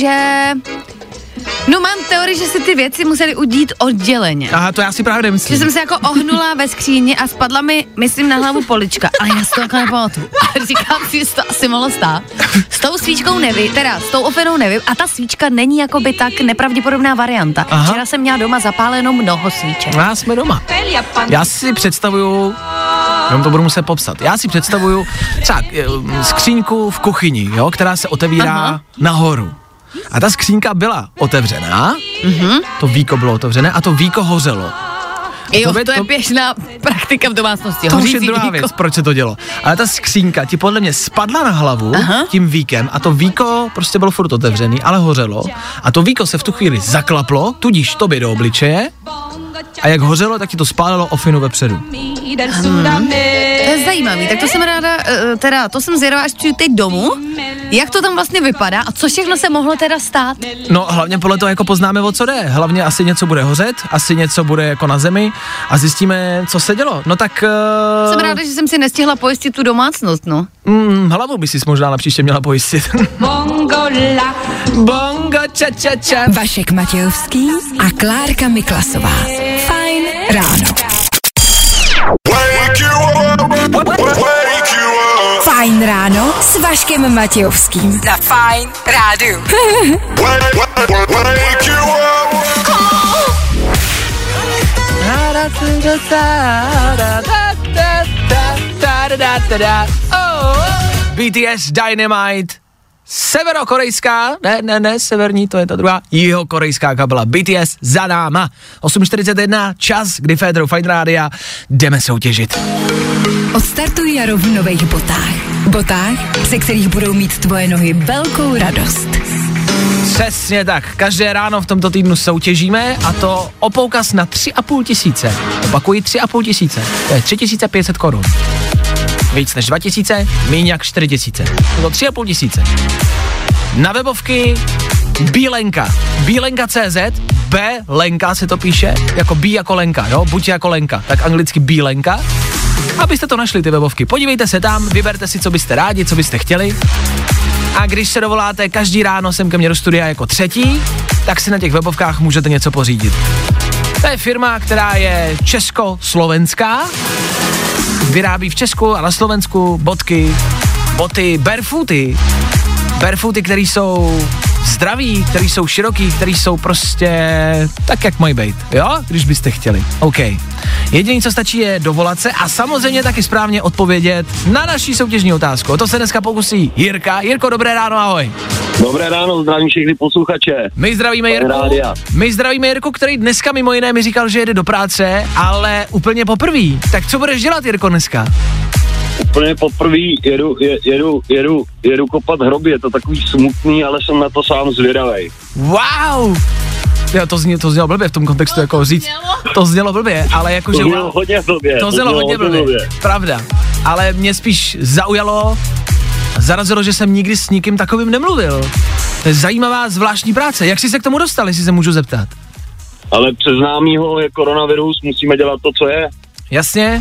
že si ty věci museli udít odděleně. Aha, to já si právě nemyslím. Že jsem se jako ohnula ve skříni a spadla mi, myslím, na hlavu polička, ale já si to jako nepamatuju. A říkám si, že to asi mohlo stát. S tou svíčkou nevím, teda s tou ofinou nevím a ta svíčka není jakoby tak nepravděpodobná varianta. Aha. Včera jsem měla doma zapálenou mnoho svíček. Já jsme doma. Já si představuju, jenom to budu muset popsat, já si představuju třeba skříňku v kuchyni, jo, která se otevírá nahoru. A ta skřínka byla otevřená, to víko bylo otevřené a to víko hořelo. Jo, to je běžná praktika v domácnosti. To už je druhá věc, proč se to dělo. Ale ta skřínka ti podle mě spadla na hlavu tím víkem a to víko prostě bylo furt otevřený, ale hořelo. A to víko se v tu chvíli zaklaplo, tudíž tobě do obličeje a jak hořelo, tak ti to spálilo ofinu vepředu. To je zajímavý, tak to jsem ráda, to jsem zvědavá, až přijdu teď domů, jak to tam vlastně vypadá a co všechno se mohlo teda stát. No hlavně podle toho jako poznáme, o co jde. Hlavně asi něco bude hořet, asi něco bude jako na zemi a zjistíme, co se dělo. No tak... Jsem ráda, že jsem si nestihla pojistit tu domácnost, no. Hlavu by si možná napříště měla pojistit. Bongo cha cha cha. Vašek Matějovský a Klárka Miklasová. Fajn ráno. Fajn ráno s Vaškem Matějovským. Za Fajn rádiu. BTS Dynamite. Severokorejská, ne, severní, to je ta druhá, jihokorejská kapela BTS za náma. 8:41, čas, kdy Féteru Fajn rádia jdeme soutěžit. Odstartuj jaro v nových botách. Botách, ze kterých budou mít tvoje nohy velkou radost. Přesně tak, každé ráno v tomto týdnu soutěžíme a to o poukaz na 3,5 tisíce. Opakuji, 3,5 tisíce, to je 3500 korun. Víc než 2000, méně jak 4000. To 3,5 tisíce. Na webovky Bílenka. Bílenka.cz, B Lenka se to píše, jako B jako Lenka, jo, buď jako Lenka, tak anglicky Bílenka. abyste to našli, ty webovky. Podívejte se tam, vyberte si, co byste rádi, co byste chtěli. A když se dovoláte každý ráno sem ke mně do studia jako třetí, tak si na těch webovkách můžete něco pořídit. To je firma, která je československá, vyrábí v Česku a na Slovensku boty barefooty, které jsou zdraví, které jsou široký, které jsou prostě tak, jak mají být, jo? Když byste chtěli. OK. Jediné, co stačí, je dovolat se a samozřejmě taky správně odpovědět na naší soutěžní otázku. O to se dneska pokusí Jirka. Jirko, dobré ráno, ahoj. Dobré ráno, zdravím všechny posluchače. My zdravíme Jirku, který dneska mimo jiné mi říkal, že jede do práce, ale úplně poprvé. Tak co budeš dělat, Jirko, dneska? Úplně poprvé jedu kopat hroby, je to takový smutný, ale jsem na to sám zvědavej. Wow! Jo, to znělo blbě v tom kontextu, jako říct, to znělo blbě, ale jakože... To znělo hodně blbě. To znělo hodně blbě, pravda. Ale mě spíš zaujalo, zarazilo, že jsem nikdy s nikým takovým nemluvil. To je zajímavá, zvláštní práce. Jak jsi se k tomu dostal, jestli se můžu zeptat? Ale přes známýho je koronavirus, musíme dělat to, co je. Jasně,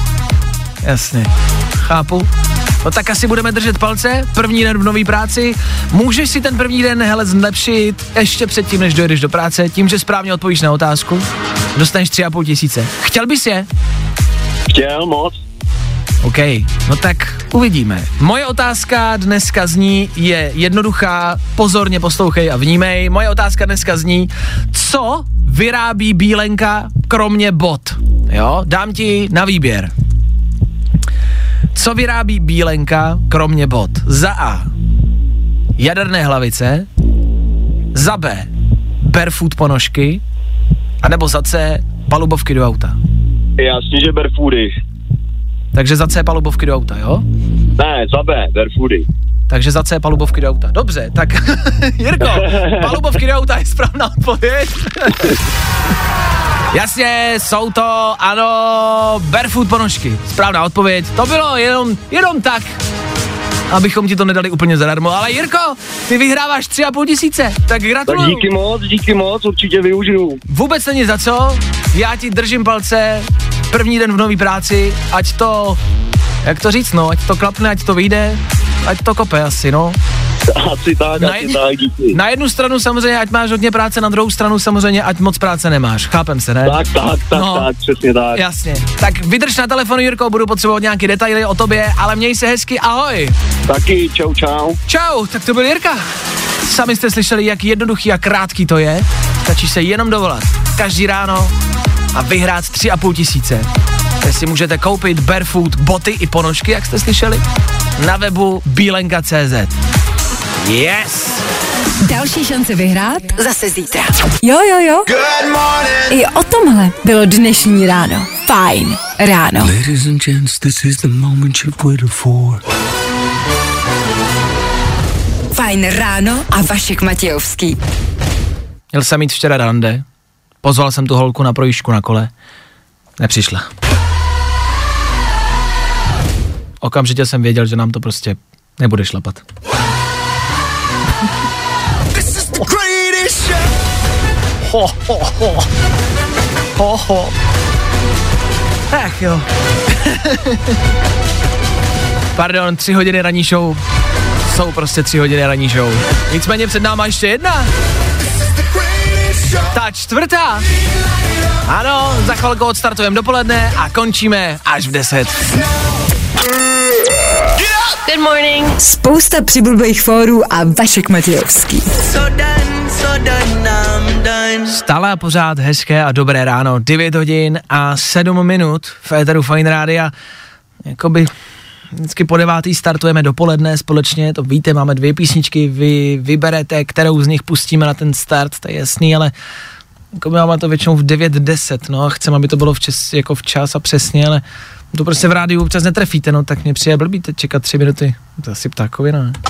chápu. No tak asi budeme držet palce, první den v nový práci. Můžeš si ten první den, zlepšit ještě předtím, než dojedeš do práce, tím, že správně odpovíš na otázku. Dostaneš 3,5 tisíce. Chtěl bys je? Chtěl moc. OK, no tak uvidíme. Moje otázka dneska zní, je jednoduchá, pozorně poslouchej a vnímej. Moje otázka dneska zní, co vyrábí Bílenka kromě bot? Jo, dám ti na výběr. Co vyrábí Bílenka kromě bot? Za A. Jaderné hlavice, za B. Barefoot ponožky, anebo za C. Palubovky do auta. Jasně, že barefoody. Takže za C palubovky do auta, jo? Ne, za B, barefoody. Takže za C palubovky do auta. Dobře, tak Jirko, palubovky do auta je správná odpověď. Jasně, jsou to, ano, barefoot ponožky. Správná odpověď. To bylo jenom tak, abychom ti to nedali úplně zadarmo. Ale Jirko, ty vyhráváš 3,5 tisíce, tak gratuluju. Tak díky moc, určitě využiju. Vůbec není za co, já ti držím palce, první den v nový práci, ať to, jak to říct, no, ať to klapne, ať to vyjde, ať to kope asi, no. Asi tak, díky. Na jednu stranu samozřejmě, ať máš hodně práce, na druhou stranu samozřejmě, ať moc práce nemáš. Chápem se, ne? Tak, přesně tak. Jasně. Tak vydrž na telefonu, Jirko, budu potřebovat nějaký detaily o tobě, ale měj se hezky, ahoj. Taky, čau. Čau, tak to byl Jirka. Sami jste slyšeli, jak jednoduchý a krátký to je. Stačí se jenom dovolat každý ráno a vyhrát 3,5 tisíce. Teď si můžete koupit barefoot boty i ponožky, jak jste slyšeli, na webu bílenka.cz. Yes! Další šance vyhrát zase zítra. Jo. Good morning. I o tomhle bylo dnešní ráno. Fajn ráno. Ladies and gents, this is the moment you've waited for. Fajn ráno a Vašek Matějovský. Měl jsem mít včera rande. Pozval jsem tu holku na projížďku na kole. Nepřišla. Okamžitě jsem věděl, že nám to prostě nebude šlapat. Ho. Ach jo. Pardon, 3 hodiny ranní show. Jsou prostě 3 hodiny ranní show. Nicméně před náma ještě jedna. Ta 4. Ano, za chvilku odstartujeme dopoledne a končíme až v 10. Good morning. Spousta přibulbých fórů a Vašek Matějovský. Stále a pořád hezké a dobré ráno, 9 hodin a 7 minut v éteru Fine Rádia. Jakoby vždycky po 9. startujeme dopoledne společně, to víte, máme 2 písničky, vy vyberete, kterou z nich pustíme na ten start, to je jasný, ale jako máme to většinou v 9:10, no, chceme, aby to bylo včas a přesně, ale to prostě v rádiu občas netrefíte, no, tak mě přijde blbý teď čekat 3 minuty, to je asi ptákovina, ne?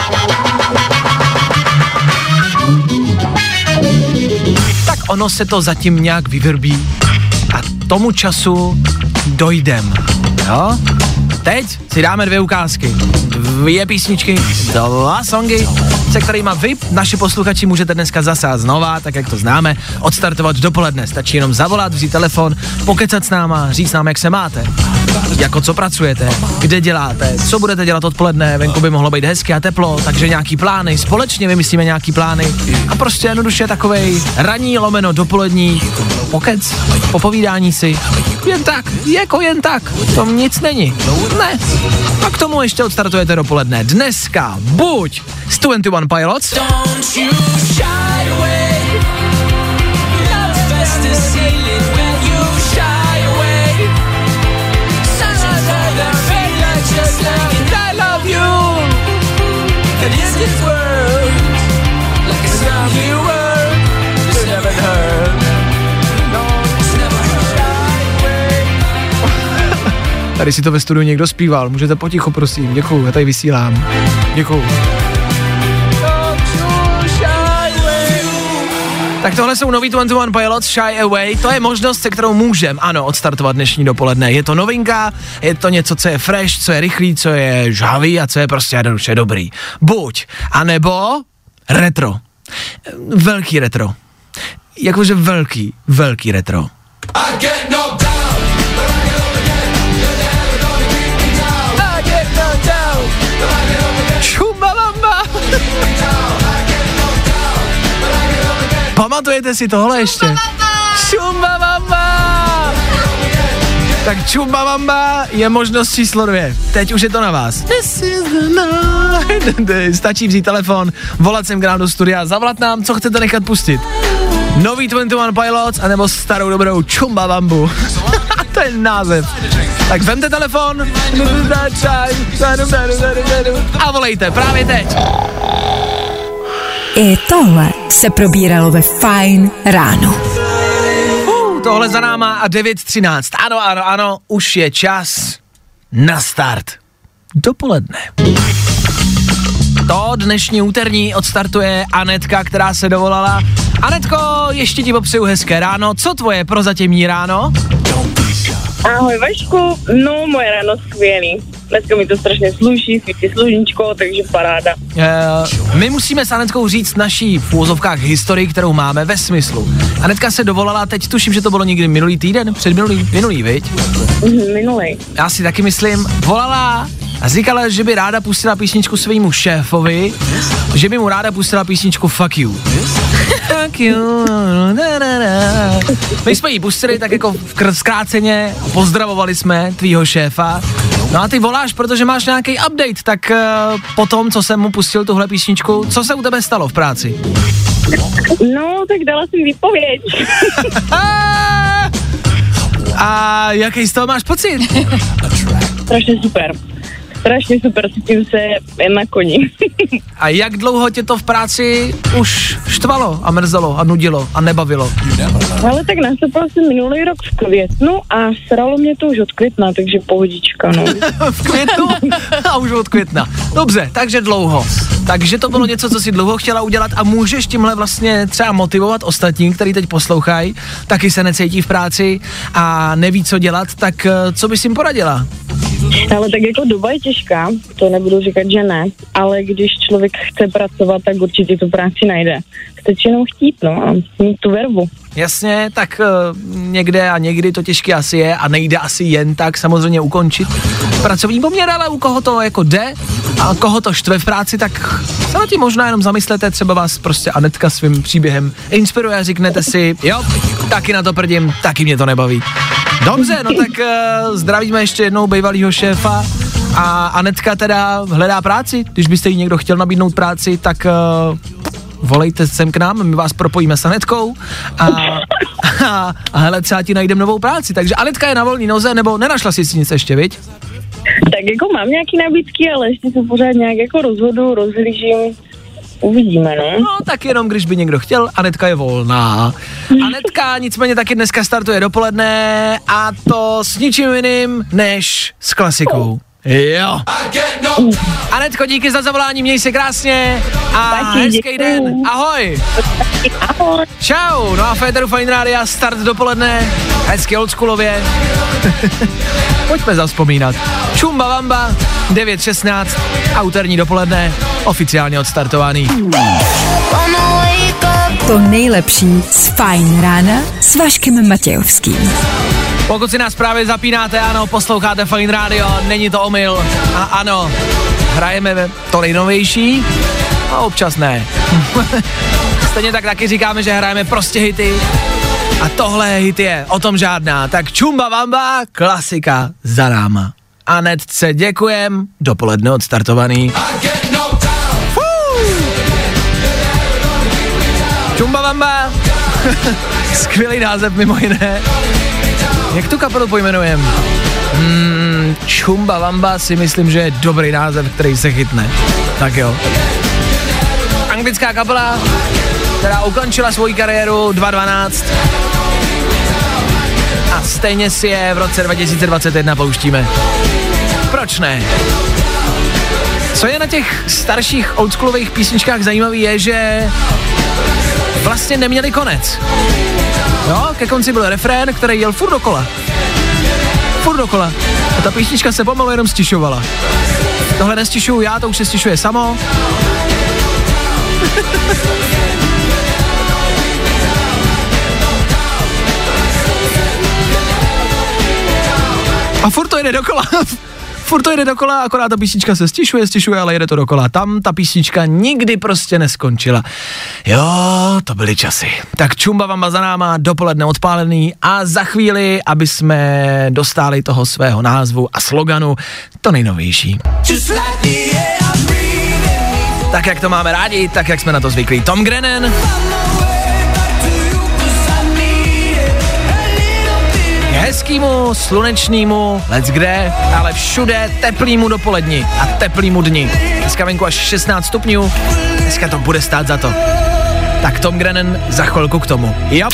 Tak ono se to zatím nějak vyvrbí a tomu času dojdem, jo? Teď si dáme 2 ukázky. dvě písničky, dva songy, se kterými vy, naši posluchači, můžete dneska zasát znova, tak jak to známe, odstartovat dopoledne. Stačí jenom zavolat, vzít telefon, pokecat s náma, říct nám, jak se máte, jako co pracujete, kde děláte, co budete dělat odpoledne, venku by mohlo být hezky a teplo, takže nějaký plány, společně vymyslíme nějaký plány a prostě jednoduše takovej ranní lomeno dopolední pokec, popovídání si, jen tak, jako jen tak, to nic není, ne. A k tomu ještě odstartujete dopoledne. Dneska buď z 21 Pilots, tady si to ve studiu někdo zpíval, můžete potichu, prosím, děkuju, já tady vysílám, děkuju. Tak tohle jsou nový 21 Pilots, Shy Away, to je možnost, se kterou můžeme, ano, odstartovat dnešní dopoledne. Je to novinka, je to něco, co je fresh, co je rychlý, co je žhavý a co je prostě jednoduše dobrý. Buď, anebo retro. Velký retro. Jakože velký retro. Pamatujete si tohle ještě? Chumbawamba! Tak Chumbawamba je možnost číslo 2. Teď už je to na vás. Stačí vzít telefon, volat sem k nám do studia, zavolat nám, co chcete nechat pustit. Nový 21 Pilots, anebo starou dobrou Chumbawambu. To je název. Tak vemte telefon a volejte právě teď. I tohle se probíralo ve Fajn ráno. Tohle za náma a 9:13. Ano, už je čas na start. Dopoledne. To dnešní úterní odstartuje Anetka, která se dovolala. Anetko, ještě ti popřeju hezké ráno. Co tvoje prozatímní ráno? Ahoj Vašku, no moje ráno skvělý. Dneska mi to strašně sluší, svítí sluníčko, takže paráda. My musíme s Anetkou říct naší v úvozovkách historii, kterou máme ve smyslu. Anetka se dovolala, teď tuším, že to bylo někdy minulý týden, minulý, viď? Minulý. Já si taky myslím, volala a říkala, že by ráda pustila písničku svému šéfovi, že by mu ráda pustila písničku Fuck You. Fuck you. My jsme jí pustili tak jako zkráceně, pozdravovali jsme tvýho šéfa. No a ty voláš, protože máš nějaký update, tak po tom, co jsem mu pustil tuhle písničku, co se u tebe stalo v práci? No, tak dala jsem výpověď. A jaký z toho máš pocit? Strašně super, cítím se jen na koni. A jak dlouho tě to v práci už štvalo a mrzelo a nudilo a nebavilo? Ale tak nastoupil jsem minulý rok v květnu a sralo mě to už od května, takže pohodička, no. V květnu a už od května. Dobře, takže dlouho. Takže to bylo něco, co si dlouho chtěla udělat a můžeš tímhle vlastně třeba motivovat ostatní, který teď poslouchají, taky se necítí v práci a neví, co dělat, tak co bys jim poradila? Ale tak jako doba je těžká, to nebudu říkat, že ne, ale když člověk chce pracovat, tak určitě tu práci najde. Stačí jenom chtít, no, a mít tu vervu. Jasně, tak někde a někdy to těžké asi je a nejde asi jen tak samozřejmě ukončit pracovní poměr, ale u koho to jako jde a koho to štve v práci, tak se na tím možná jenom zamyslete, třeba vás prostě Anetka svým příběhem inspiruje a řeknete si, jo, taky na to prdím, taky mě to nebaví. Dobře, no tak zdravíme ještě jednou bývalýho šéfa a Anetka teda hledá práci, když byste jí někdo chtěl nabídnout práci, tak volejte sem k nám, my vás propojíme s Anetkou a hele, třeba ti najdeme novou práci, takže Anetka je na volný noze, nebo nenašla jsi si nic ještě, viď? Tak jako mám nějaký nabídky, ale ještě se pořád nějak jako rozhlížím. Uvidíme, no. No, tak jenom když by někdo chtěl, Anetka je volná. Anetka nicméně taky dneska startuje dopoledne a to s ničím jiným než s klasikou. Jo. Anetko, díky za zavolání, měj se krásně a hezký den. Ahoj. Ahoj. Čau, no a Féteru Fajn Rádia, start dopoledne, hezky oldschoolově. Pojďme zavzpomínat. Čumba Vamba, 9:16, úterní dopoledne, oficiálně odstartovaný. To nejlepší z Fajn rána s Vaškem Matějovským. Pokud si nás právě zapínáte, ano, posloucháte Fajn rádio, není to omyl. A ano, hrajeme to nejnovější a občas ne. Stejně tak taky říkáme, že hrajeme prostě hity. A tohle hit je, o tom žádná. Tak Čumba Vamba, klasika za náma. Anetce děkujem, dopoledne odstartovaný. Čumba Vamba, skvělý název mimo jiné. Jak tu kapelu pojmenujem? Čumba Vamba si myslím, že je dobrý název, který se chytne. Tak jo. Anglická kapela, která ukončila svoji kariéru 2012 a stejně si je v roce 2021 pouštíme. Proč ne? Co je na těch starších oldschoolových písničkách zajímavý je, že vlastně neměli konec. Jo, ke konci byl refrén, který jel furt dokola. Furt dokola. A ta písnička se pomalu jenom stišovala. Tohle nestišuju já, to už se stišuje samo. A furt to jde dokola. Furt to jde dokola, akorát ta písnička se stišuje, ale jede to dokola. Tam ta písnička nikdy prostě neskončila. Jo, to byly časy. Tak Čumba Vamba za náma, dopoledne odpálený a za chvíli, aby jsme dostali toho svého názvu a sloganu, to nejnovější. Tak jak to máme rádi, tak jak jsme na to zvyklí. Tom Grennan. Hezkýmu, slunečnímu, let's kde, ale všude teplýmu dopoledni a teplýmu dni. Dneska venku až 16 stupňů, dneska to bude stát za to. Tak Tom Grennan za chvilku k tomu. Jo.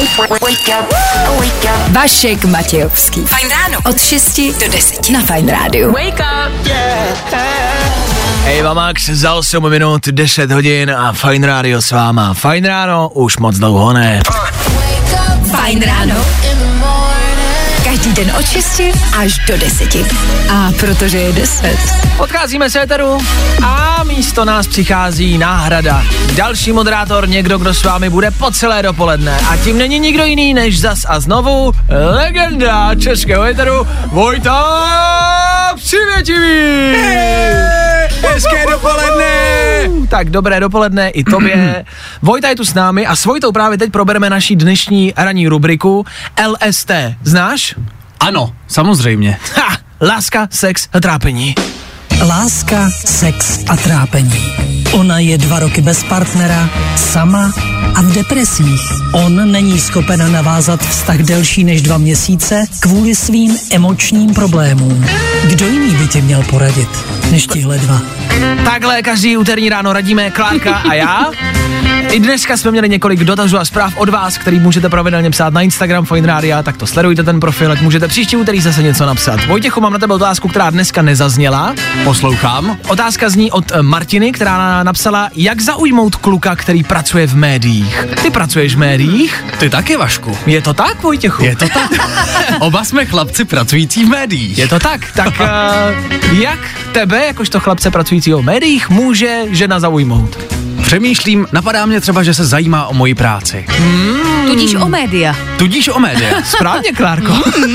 Vašek Matějovský. Fajn ráno. Od 6 do 10 na Fajn rádiu. Wake up. Eva Max za 8 minut, 10 hodin a Fajn rádio s váma. Fajn ráno, už moc dlouho ne. Fajn ráno. Každý den od 6 až do 10. A protože je 10. Odcházíme z éteru a místo nás přichází náhrada. Další moderátor, někdo, kdo s vámi bude po celé dopoledne. A tím není nikdo jiný než zas a znovu legenda českého éteru Vojta Přivětivý. Hezké dopoledne. Tak dobré dopoledne i tobě. Vojta je tu s námi a s Vojtou právě teď probereme naší dnešní ranní rubriku LST. Znáš? Ano, samozřejmě. Ha! Láska, sex a trápení. Láska, sex a trápení. Ona je 2 roky bez partnera, sama a v depresích. On není schopen navázat vztah delší než 2 měsíce kvůli svým emočním problémům. Kdo jiný by ti měl poradit, než tihle 2? Takhle každý úterní ráno radíme Klárka a já. I dneska jsme měli několik dotazů a zpráv od vás, který můžete pravidelně psát na Instagram Fajn Rádia, tak to sledujte ten profil, ať můžete příští úterý zase něco napsat. Vojtěchu, mám na tebe otázku, která dneska nezazněla. Poslouchám. Otázka zní od Martiny, která napsala, jak zaujmout kluka, který pracuje v médiích. Ty pracuješ v médiích? Ty taky, Vašku. Je to tak, Vojtěchu? Je to tak. Oba jsme chlapci pracující v médiích. Je to tak. Tak jak tebe, jakožto chlapce pracujícího v médiích, může žena zaujmout? Přemýšlím, napadá mě třeba, že se zajímá o moji práci. Tudíž o média. Tudíž o média. Správně, Klárko.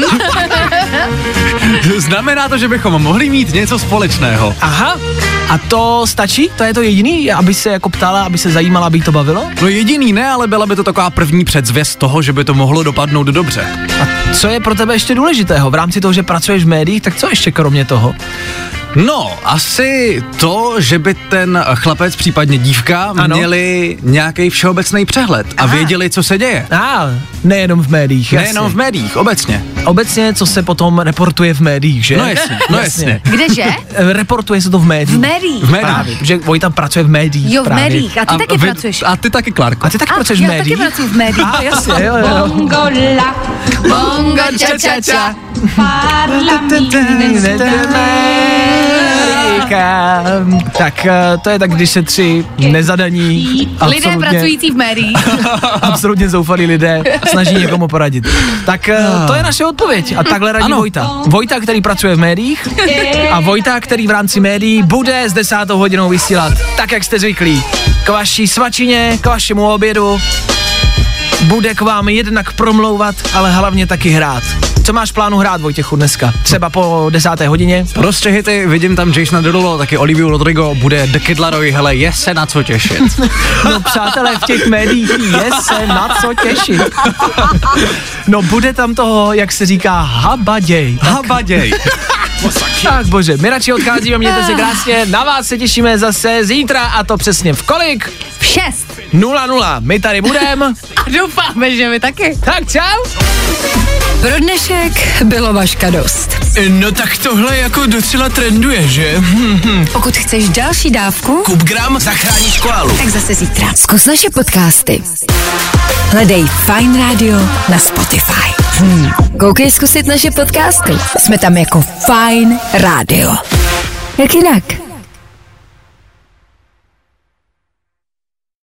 Znamená to, že bychom mohli mít něco společného. Aha. A to stačí? To je to jediný, aby se jako ptala, aby se zajímala, aby to bavilo? No jediný ne, ale byla by to taková první předzvěst toho, že by to mohlo dopadnout dobře. A co je pro tebe ještě důležitého? V rámci toho, že pracuješ v médiích, tak co ještě kromě toho? No, asi to, že by ten chlapec, případně dívka, měli nějaký všeobecný přehled a věděli, co se děje. Nejenom v médiích. Nejenom v médiích, obecně. obecně, co se potom reportuje v médiích, že? No jasně. Kdeže? Reportuje se to v médiích. V médiích. Právě, protože Vojta pracuje v médiích. Jo, v médiích. A ty taky pracuješ. A ty taky, Klárko. A ty taky pracuješ v médiích? Já taky pracuji v médiích. Jasně, jo. Bongo la, bongo cha cha cha, tak to je tak, když se 3 nezadaní lidé pracující v médiích absolutně zoufalí lidé snaží někomu poradit. Tak to je naše odpověď a takhle radí Vojta. Vojta, který pracuje v médiích a Vojta, který v rámci médií bude s 10. hodinou vysílat, tak jak jste zvyklí. K vaší svačině, k vašemu obědu, bude k vám jednak promlouvat, ale hlavně taky hrát. Co máš v plánu hrát, Vojtěchu, dneska? Třeba po 10. hodině? Rozstřihity, vidím tam Jasona Derulo, taky Oliviu Rodrigo, bude The Kid Laroi, hele, je se na co těšit. No přátelé, v těch médiích je se na co těšit. No bude tam toho, jak se říká, habaděj. Habaděj. Tak bože, my radši odcházíme, mějte se krásně, na vás se těšíme zase zítra a to přesně v kolik? V 6:00, my tady budeme. A doufáme, že vy taky. Tak čau. Pro dnešek bylo Vaška dost. No tak tohle jako docela trenduje, že? Pokud chceš další dávku, Kup gram, zachráníš koalu. tak zase zítra. Zkus naše podcasty. Hledej Fajn Radio na Spotify. Koukej zkusit naše podcasty. Jsme tam jako Fajn Radio. Jak jinak?